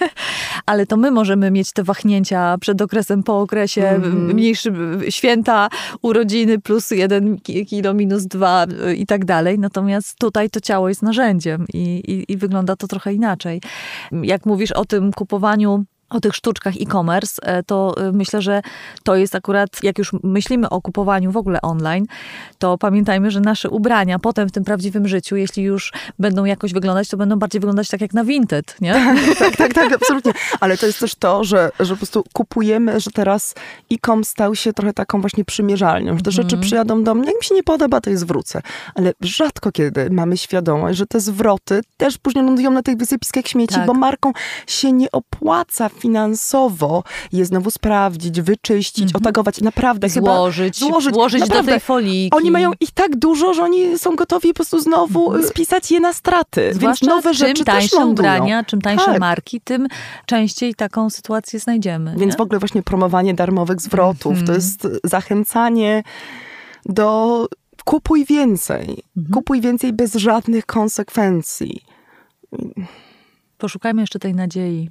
ale to my możemy mieć te wahnięcia przed okresem, po okresie, Mhm. mniejszy święta, urodziny plus jeden ki- kilo, minus dwa y, i tak dalej. Natomiast tutaj to ciało jest narzędziem i, i, i wygląda to trochę inaczej. Jak mówisz o tym kupowaniu, o tych sztuczkach e-commerce, e, to y, myślę, że to jest akurat, jak już myślimy o kupowaniu w ogóle online, to pamiętajmy, że nasze ubrania potem w tym prawdziwym życiu, jeśli już będą jakoś wyglądać, to będą bardziej wyglądać tak jak na Vinted, nie? Tak, tak, tak, absolutnie. Ale to jest też to, że, że po prostu kupujemy, że teraz e-com stał się trochę taką właśnie przymierzalnią, że te rzeczy przyjadą do mnie, jak mi się nie podoba, to je zwrócę. Ale rzadko kiedy mamy świadomość, że te zwroty też później lądują na tych wysypiskach śmieci, Tak. bo marką się nie opłaca finansowo je znowu sprawdzić, wyczyścić, otagować. Naprawdę Złożyć, chyba złożyć. włożyć Naprawdę. do tej folii. Oni mają ich tak dużo, że oni są gotowi po prostu znowu y, spisać je na straty. Zwłaszcza Więc nowe czym rzeczy też tańsze lądują. ubrania, czym tańsze Tak. marki, tym częściej taką sytuację znajdziemy. Więc nie? w ogóle właśnie promowanie darmowych zwrotów, Mhm. to jest zachęcanie do kupuj więcej. Mhm. Kupuj więcej bez żadnych konsekwencji. Poszukajmy jeszcze tej nadziei.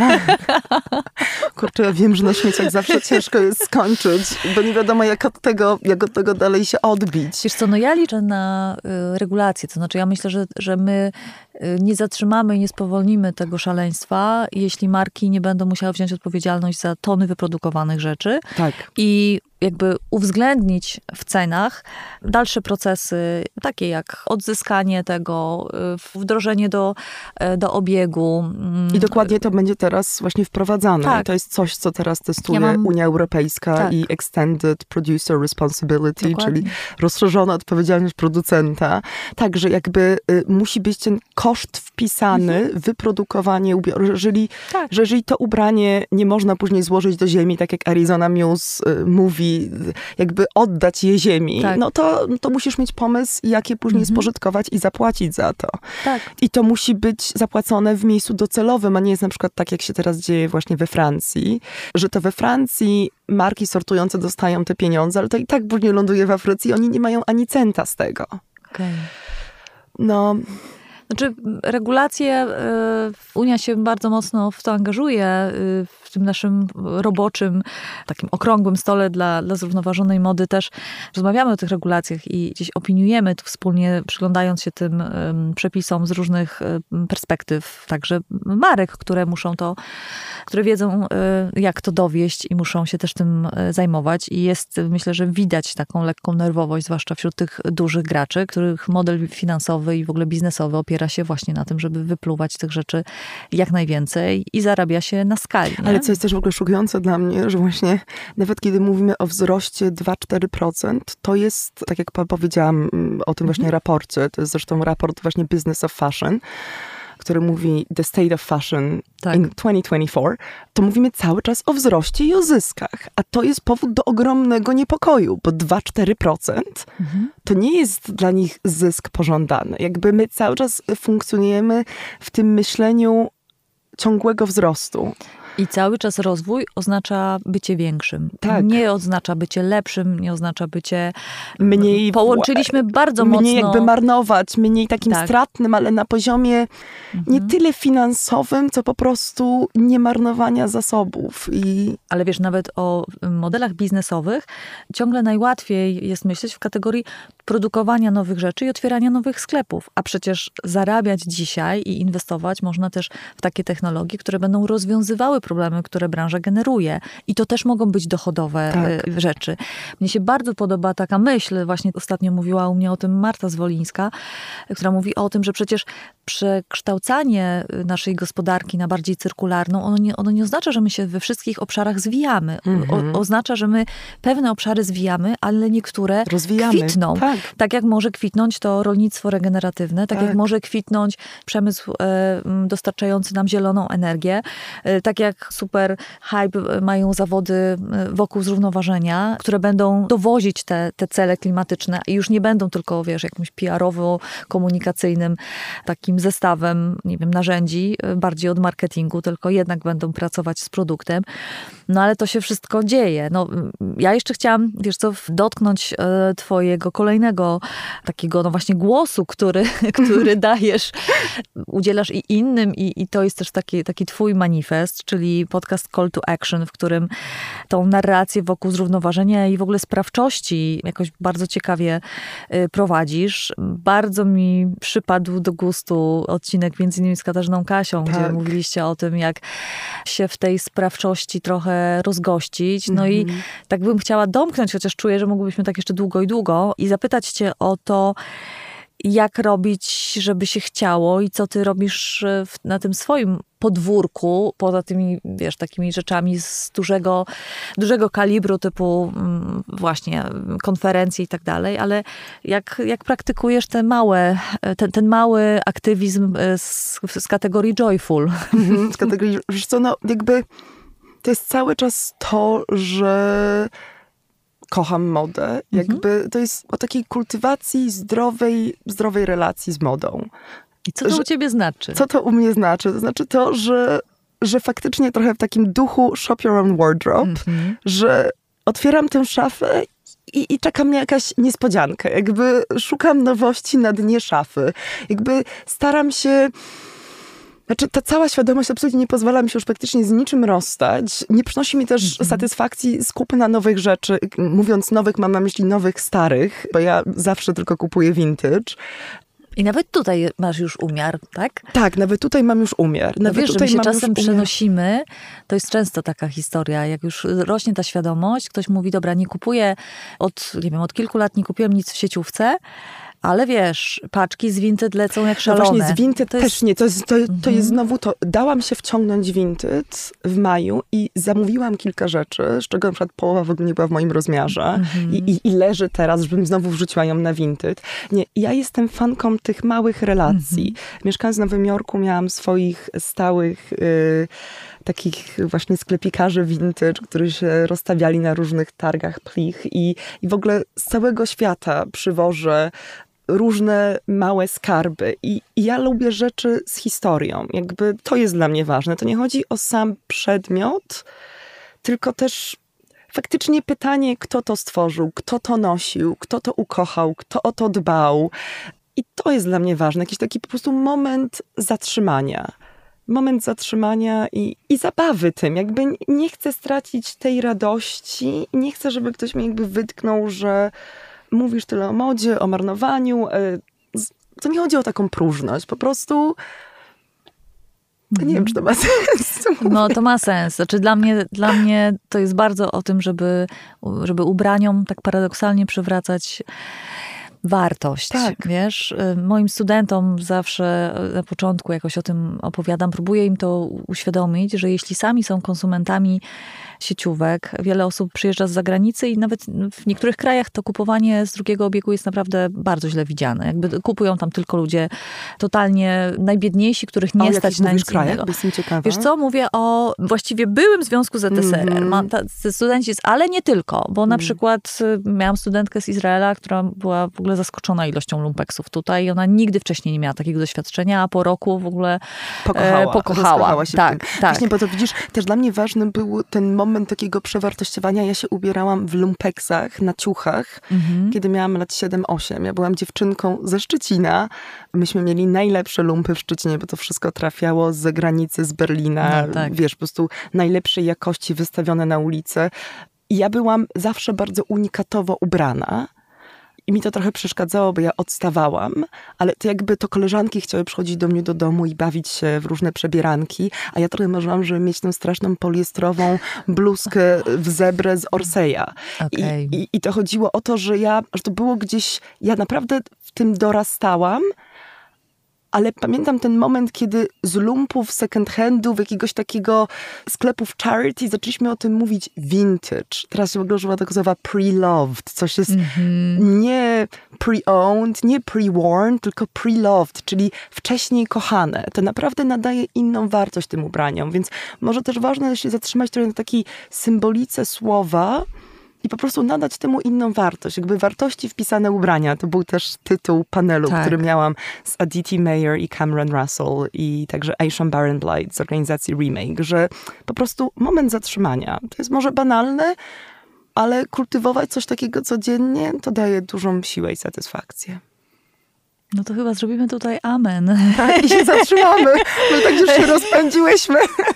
Kurczę, ja wiem, że na śmieciach zawsze ciężko jest skończyć, bo nie wiadomo jak od tego, jak od tego dalej się odbić. Wiesz co, no ja liczę na y, regulację, to znaczy ja myślę, że, że my y, nie zatrzymamy i nie spowolnimy tego szaleństwa, jeśli marki nie będą musiały wziąć odpowiedzialność za tony wyprodukowanych rzeczy Tak. i jakby uwzględnić w cenach dalsze procesy, takie jak odzyskanie tego, y, wdrożenie do, y, do obiegu. mm, I dokładnie to będzie teraz właśnie wprowadzane. Tak. To jest coś, co teraz testuje Ja mam- Unia Europejska Tak. i Extended Producer Responsibility, Dokładnie. czyli rozszerzona odpowiedzialność producenta. Tak, że jakby y, musi być ten koszt wpisany, wyprodukowanie ubioru. Jeżeli, Tak. że jeżeli to ubranie nie można później złożyć do ziemi, tak jak Arizona Muse y, mówi, y, jakby oddać je ziemi, Tak. no to, no to musisz mieć pomysł, jak je później Mhm. spożytkować i zapłacić za to. Tak. I to musi być zapłacone w miejscu docelowym, a nie jest na przykład tak, jak się teraz dzieje właśnie we Francji, że to we Francji marki sortujące dostają te pieniądze, ale to i tak później ląduje w Afryce i oni nie mają ani centa z tego. Okej. No, Znaczy regulacje, y, Unia się bardzo mocno w to angażuje, y, w tym naszym roboczym, takim okrągłym stole dla, dla zrównoważonej mody też rozmawiamy o tych regulacjach i gdzieś opiniujemy to wspólnie, przyglądając się tym ym, przepisom z różnych ym, perspektyw, także marek, które muszą to, które wiedzą, y, jak to dowieść i muszą się też tym y, zajmować i jest, myślę, że widać taką lekką nerwowość, zwłaszcza wśród tych dużych graczy, których model finansowy i w ogóle biznesowy opiera opiera się właśnie na tym, żeby wypluwać tych rzeczy jak najwięcej i zarabia się na skali. Nie? Ale co jest też w ogóle szokujące dla mnie, że właśnie nawet kiedy mówimy o wzroście dwa do czterech procent, to jest, tak jak powiedziałam o tym właśnie raporcie, to jest zresztą raport właśnie Business of Fashion, który mówi The State of Fashion tak. in twenty twenty-four, to mówimy cały czas o wzroście i o zyskach. A to jest powód do ogromnego niepokoju, bo dwa do czterech procent mhm. to nie jest dla nich zysk pożądany. Jakby my cały czas funkcjonujemy w tym myśleniu ciągłego wzrostu. I cały czas rozwój oznacza bycie większym. Tak. Nie oznacza bycie lepszym, nie oznacza bycie... Mniej... Połączyliśmy bardzo mniej mocno... Mniej jakby marnować, mniej takim tak. stratnym, ale na poziomie mhm. nie tyle finansowym, co po prostu nie marnowania zasobów. I... Ale wiesz, nawet o modelach biznesowych ciągle najłatwiej jest myśleć w kategorii produkowania nowych rzeczy i otwierania nowych sklepów. A przecież zarabiać dzisiaj i inwestować można też w takie technologie, które będą rozwiązywały problemy, które branża generuje. I to też mogą być dochodowe tak. rzeczy. Mnie się bardzo podoba taka myśl, właśnie ostatnio mówiła u mnie o tym Marta Zwolińska, która mówi o tym, że przecież przekształcanie naszej gospodarki na bardziej cyrkularną, ono nie, ono nie oznacza, że my się we wszystkich obszarach zwijamy. Mhm. O, oznacza, że my pewne obszary zwijamy, ale niektóre rozwijamy. Kwitną. Tak. tak jak może kwitnąć to rolnictwo regeneratywne, tak, tak. jak może kwitnąć przemysł e, dostarczający nam zieloną energię, e, tak jak super hype mają zawody wokół zrównoważenia, które będą dowozić te, te cele klimatyczne i już nie będą tylko, wiesz, jakimś P R-owo-komunikacyjnym takim zestawem, nie wiem, narzędzi, bardziej od marketingu, tylko jednak będą pracować z produktem. No ale to się wszystko dzieje. No, ja jeszcze chciałam, wiesz co, dotknąć e, twojego kolejnego takiego, no właśnie głosu, który, który dajesz, udzielasz i innym i, i to jest też taki, taki twój manifest, czyli podcast Call to Action, w którym tą narrację wokół zrównoważenia i w ogóle sprawczości jakoś bardzo ciekawie y, prowadzisz. Bardzo mi przypadł do gustu odcinek między innymi z Katarzyną Kasią, tak. gdzie mówiliście o tym, jak się w tej sprawczości trochę rozgościć. No mm-hmm. i tak bym chciała domknąć, chociaż czuję, że mogłybyśmy tak jeszcze długo i długo i zapytać cię o to, jak robić, żeby się chciało i co ty robisz w, na tym swoim podwórku, poza tymi, wiesz, takimi rzeczami z dużego, dużego kalibru, typu właśnie konferencje i tak dalej, ale jak, jak praktykujesz te małe, ten, ten mały aktywizm z, z kategorii joyful? Mhm, z kategorii, wiesz co, no jakby to jest cały czas to, że kocham modę. Jakby mhm. to jest o takiej kultywacji zdrowej, zdrowej relacji z modą. I co to że, u ciebie znaczy? Co to u mnie znaczy? To znaczy to, że, że faktycznie trochę w takim duchu shop your own wardrobe, mhm. że otwieram tę szafę i, i czeka mnie jakaś niespodzianka. Jakby szukam nowości na dnie szafy. Jakby staram się... Znaczy, ta cała świadomość absolutnie nie pozwala mi się już praktycznie z niczym rozstać. Nie przynosi mi też mm-hmm. satysfakcji z kupna nowych rzeczy. Mówiąc nowych, mam na myśli nowych, starych, bo ja zawsze tylko kupuję vintage. I nawet tutaj masz już umiar, tak? Tak, nawet tutaj mam już umiar. No nawet wiesz, tutaj że my się mam czasem przenosimy, to jest często taka historia, jak już rośnie ta świadomość, ktoś mówi, dobra, nie kupuję od, nie wiem, od kilku lat nie kupiłem nic w sieciówce, ale wiesz, paczki z Vinted lecą jak szalone. No właśnie, z Vinted to też jest... nie. To jest, to, to mhm. jest znowu to. Dałam się wciągnąć Vinted w maju i zamówiłam kilka rzeczy, z czego na przykład połowa w ogóle nie była w moim rozmiarze mhm. I, i, i leży teraz, żebym znowu wrzuciła ją na Vinted. Nie, ja jestem fanką tych małych relacji. Mhm. Mieszkając w Nowym Jorku miałam swoich stałych... Yy, takich właśnie sklepikarzy vintage, którzy się rozstawiali na różnych targach plich i, i w ogóle z całego świata przywożę różne małe skarby. I, I ja lubię rzeczy z historią. Jakby to jest dla mnie ważne. To nie chodzi o sam przedmiot, tylko też faktycznie pytanie, kto to stworzył, kto to nosił, kto to ukochał, kto o to dbał. I to jest dla mnie ważne. Jakiś taki po prostu moment zatrzymania. Moment zatrzymania i, i zabawy tym. Jakby nie chcę stracić tej radości. Nie chcę, żeby ktoś mi jakby wytknął, że mówisz tyle o modzie, o marnowaniu. To nie chodzi o taką próżność. Po prostu nie wiem, czy to ma sens. No to ma sens. Znaczy dla mnie, dla mnie to jest bardzo o tym, żeby, żeby ubraniom tak paradoksalnie przywracać wartość. Tak. Wiesz, moim studentom zawsze na początku jakoś o tym opowiadam, próbuję im to uświadomić, że jeśli sami są konsumentami sieciówek, wiele osób przyjeżdża z zagranicy i nawet w niektórych krajach to kupowanie z drugiego obiegu jest naprawdę bardzo źle widziane. Jakby kupują tam tylko ludzie totalnie najbiedniejsi, których nie o stać na nic krajach? innego. Jestem ciekawa. Wiesz co, mówię o właściwie byłym Związku Z S R R. Mm-hmm. Mam tacy studenci, ale nie tylko, bo na mm. przykład miałam studentkę z Izraela, która była w ogóle zaskoczona ilością lumpeksów tutaj i ona nigdy wcześniej nie miała takiego doświadczenia, a po roku w ogóle pokochała. E, pokochała. Się tak, w tym. tak. Właśnie, bo to widzisz, też dla mnie ważny był ten moment takiego przewartościowania. Ja się ubierałam w lumpeksach, na ciuchach, mm-hmm. kiedy miałam lat siedem osiem. Ja byłam dziewczynką ze Szczecina. Myśmy mieli najlepsze lumpy w Szczecinie, bo to wszystko trafiało z zagranicy, z Berlina. No, tak. Wiesz, po prostu najlepszej jakości wystawione na ulicę. I ja byłam zawsze bardzo unikatowo ubrana. I mi to trochę przeszkadzało, bo ja odstawałam, ale to jakby to koleżanki chciały przychodzić do mnie do domu i bawić się w różne przebieranki, a ja trochę marzyłam, żeby mieć tę straszną poliestrową bluzkę w zebrę z Orseya. Okay. I, i, I to chodziło o to, że ja, że to było gdzieś, ja naprawdę w tym dorastałam, ale pamiętam ten moment, kiedy z lumpów, second handów, jakiegoś takiego sklepów charity zaczęliśmy o tym mówić vintage. Teraz się w ogóle używa tego słowa pre-loved. Coś jest mm-hmm. nie pre-owned, nie pre-worn, tylko pre-loved, czyli wcześniej kochane. To naprawdę nadaje inną wartość tym ubraniom, więc może też ważne się zatrzymać trochę na takiej symbolice słowa, i po prostu nadać temu inną wartość. Jakby wartości wpisane ubrania. To był też tytuł panelu, tak. który miałam z Aditi Mayer i Cameron Russell i także Aisham Barenblight z organizacji Remake, że po prostu moment zatrzymania. To jest może banalne, ale kultywować coś takiego codziennie to daje dużą siłę i satysfakcję. No to chyba zrobimy tutaj amen. Tak, i się zatrzymamy. My tak już się rozpędziłyśmy.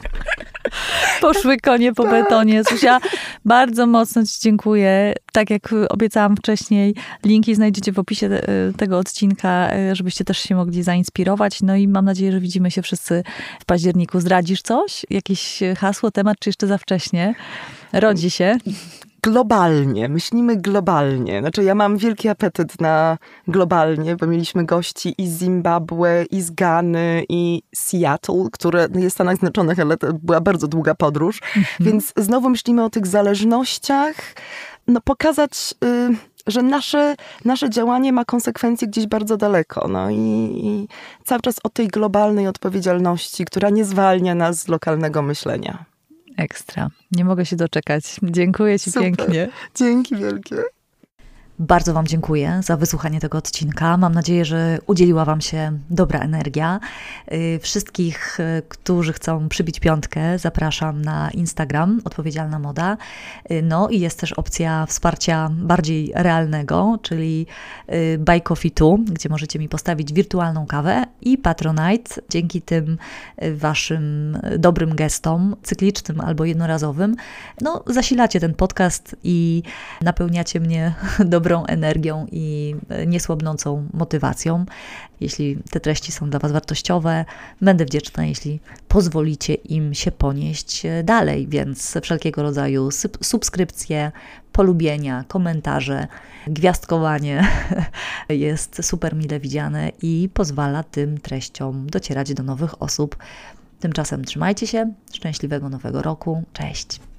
Poszły konie po betonie. Zuzia, bardzo mocno ci dziękuję. Tak jak obiecałam wcześniej, linki znajdziecie w opisie tego odcinka, żebyście też się mogli zainspirować. No i mam nadzieję, że widzimy się wszyscy w październiku. Zdradzisz coś? Jakieś hasło, temat, czy jeszcze za wcześnie? Rodzi się. Globalnie, myślimy globalnie. Znaczy ja mam wielki apetyt na globalnie, bo mieliśmy gości i z Zimbabwe, i z Gany, i Seattle, które jest w Stanach Zjednoczonych, ale to była bardzo długa podróż. Mm-hmm. Więc znowu myślimy o tych zależnościach. No pokazać, y, że nasze, nasze działanie ma konsekwencje gdzieś bardzo daleko. No i, i cały czas o tej globalnej odpowiedzialności, która nie zwalnia nas z lokalnego myślenia. Ekstra. Nie mogę się doczekać. Dziękuję ci Super. Pięknie. Dzięki wielkie. Bardzo wam dziękuję za wysłuchanie tego odcinka. Mam nadzieję, że udzieliła wam się dobra energia. Wszystkich, którzy chcą przybić piątkę, zapraszam na Instagram Odpowiedzialna Moda. No i jest też opcja wsparcia bardziej realnego, czyli Buy Coffee two, gdzie możecie mi postawić wirtualną kawę, i Patronite. Dzięki tym waszym dobrym gestom, cyklicznym albo jednorazowym, no zasilacie ten podcast i napełniacie mnie dobrą energią i niesłabnącą motywacją. Jeśli te treści są dla was wartościowe, będę wdzięczna, jeśli pozwolicie im się ponieść dalej, więc wszelkiego rodzaju subskrypcje, polubienia, komentarze, gwiazdkowanie jest super mile widziane i pozwala tym treściom docierać do nowych osób. Tymczasem trzymajcie się, szczęśliwego nowego roku, cześć!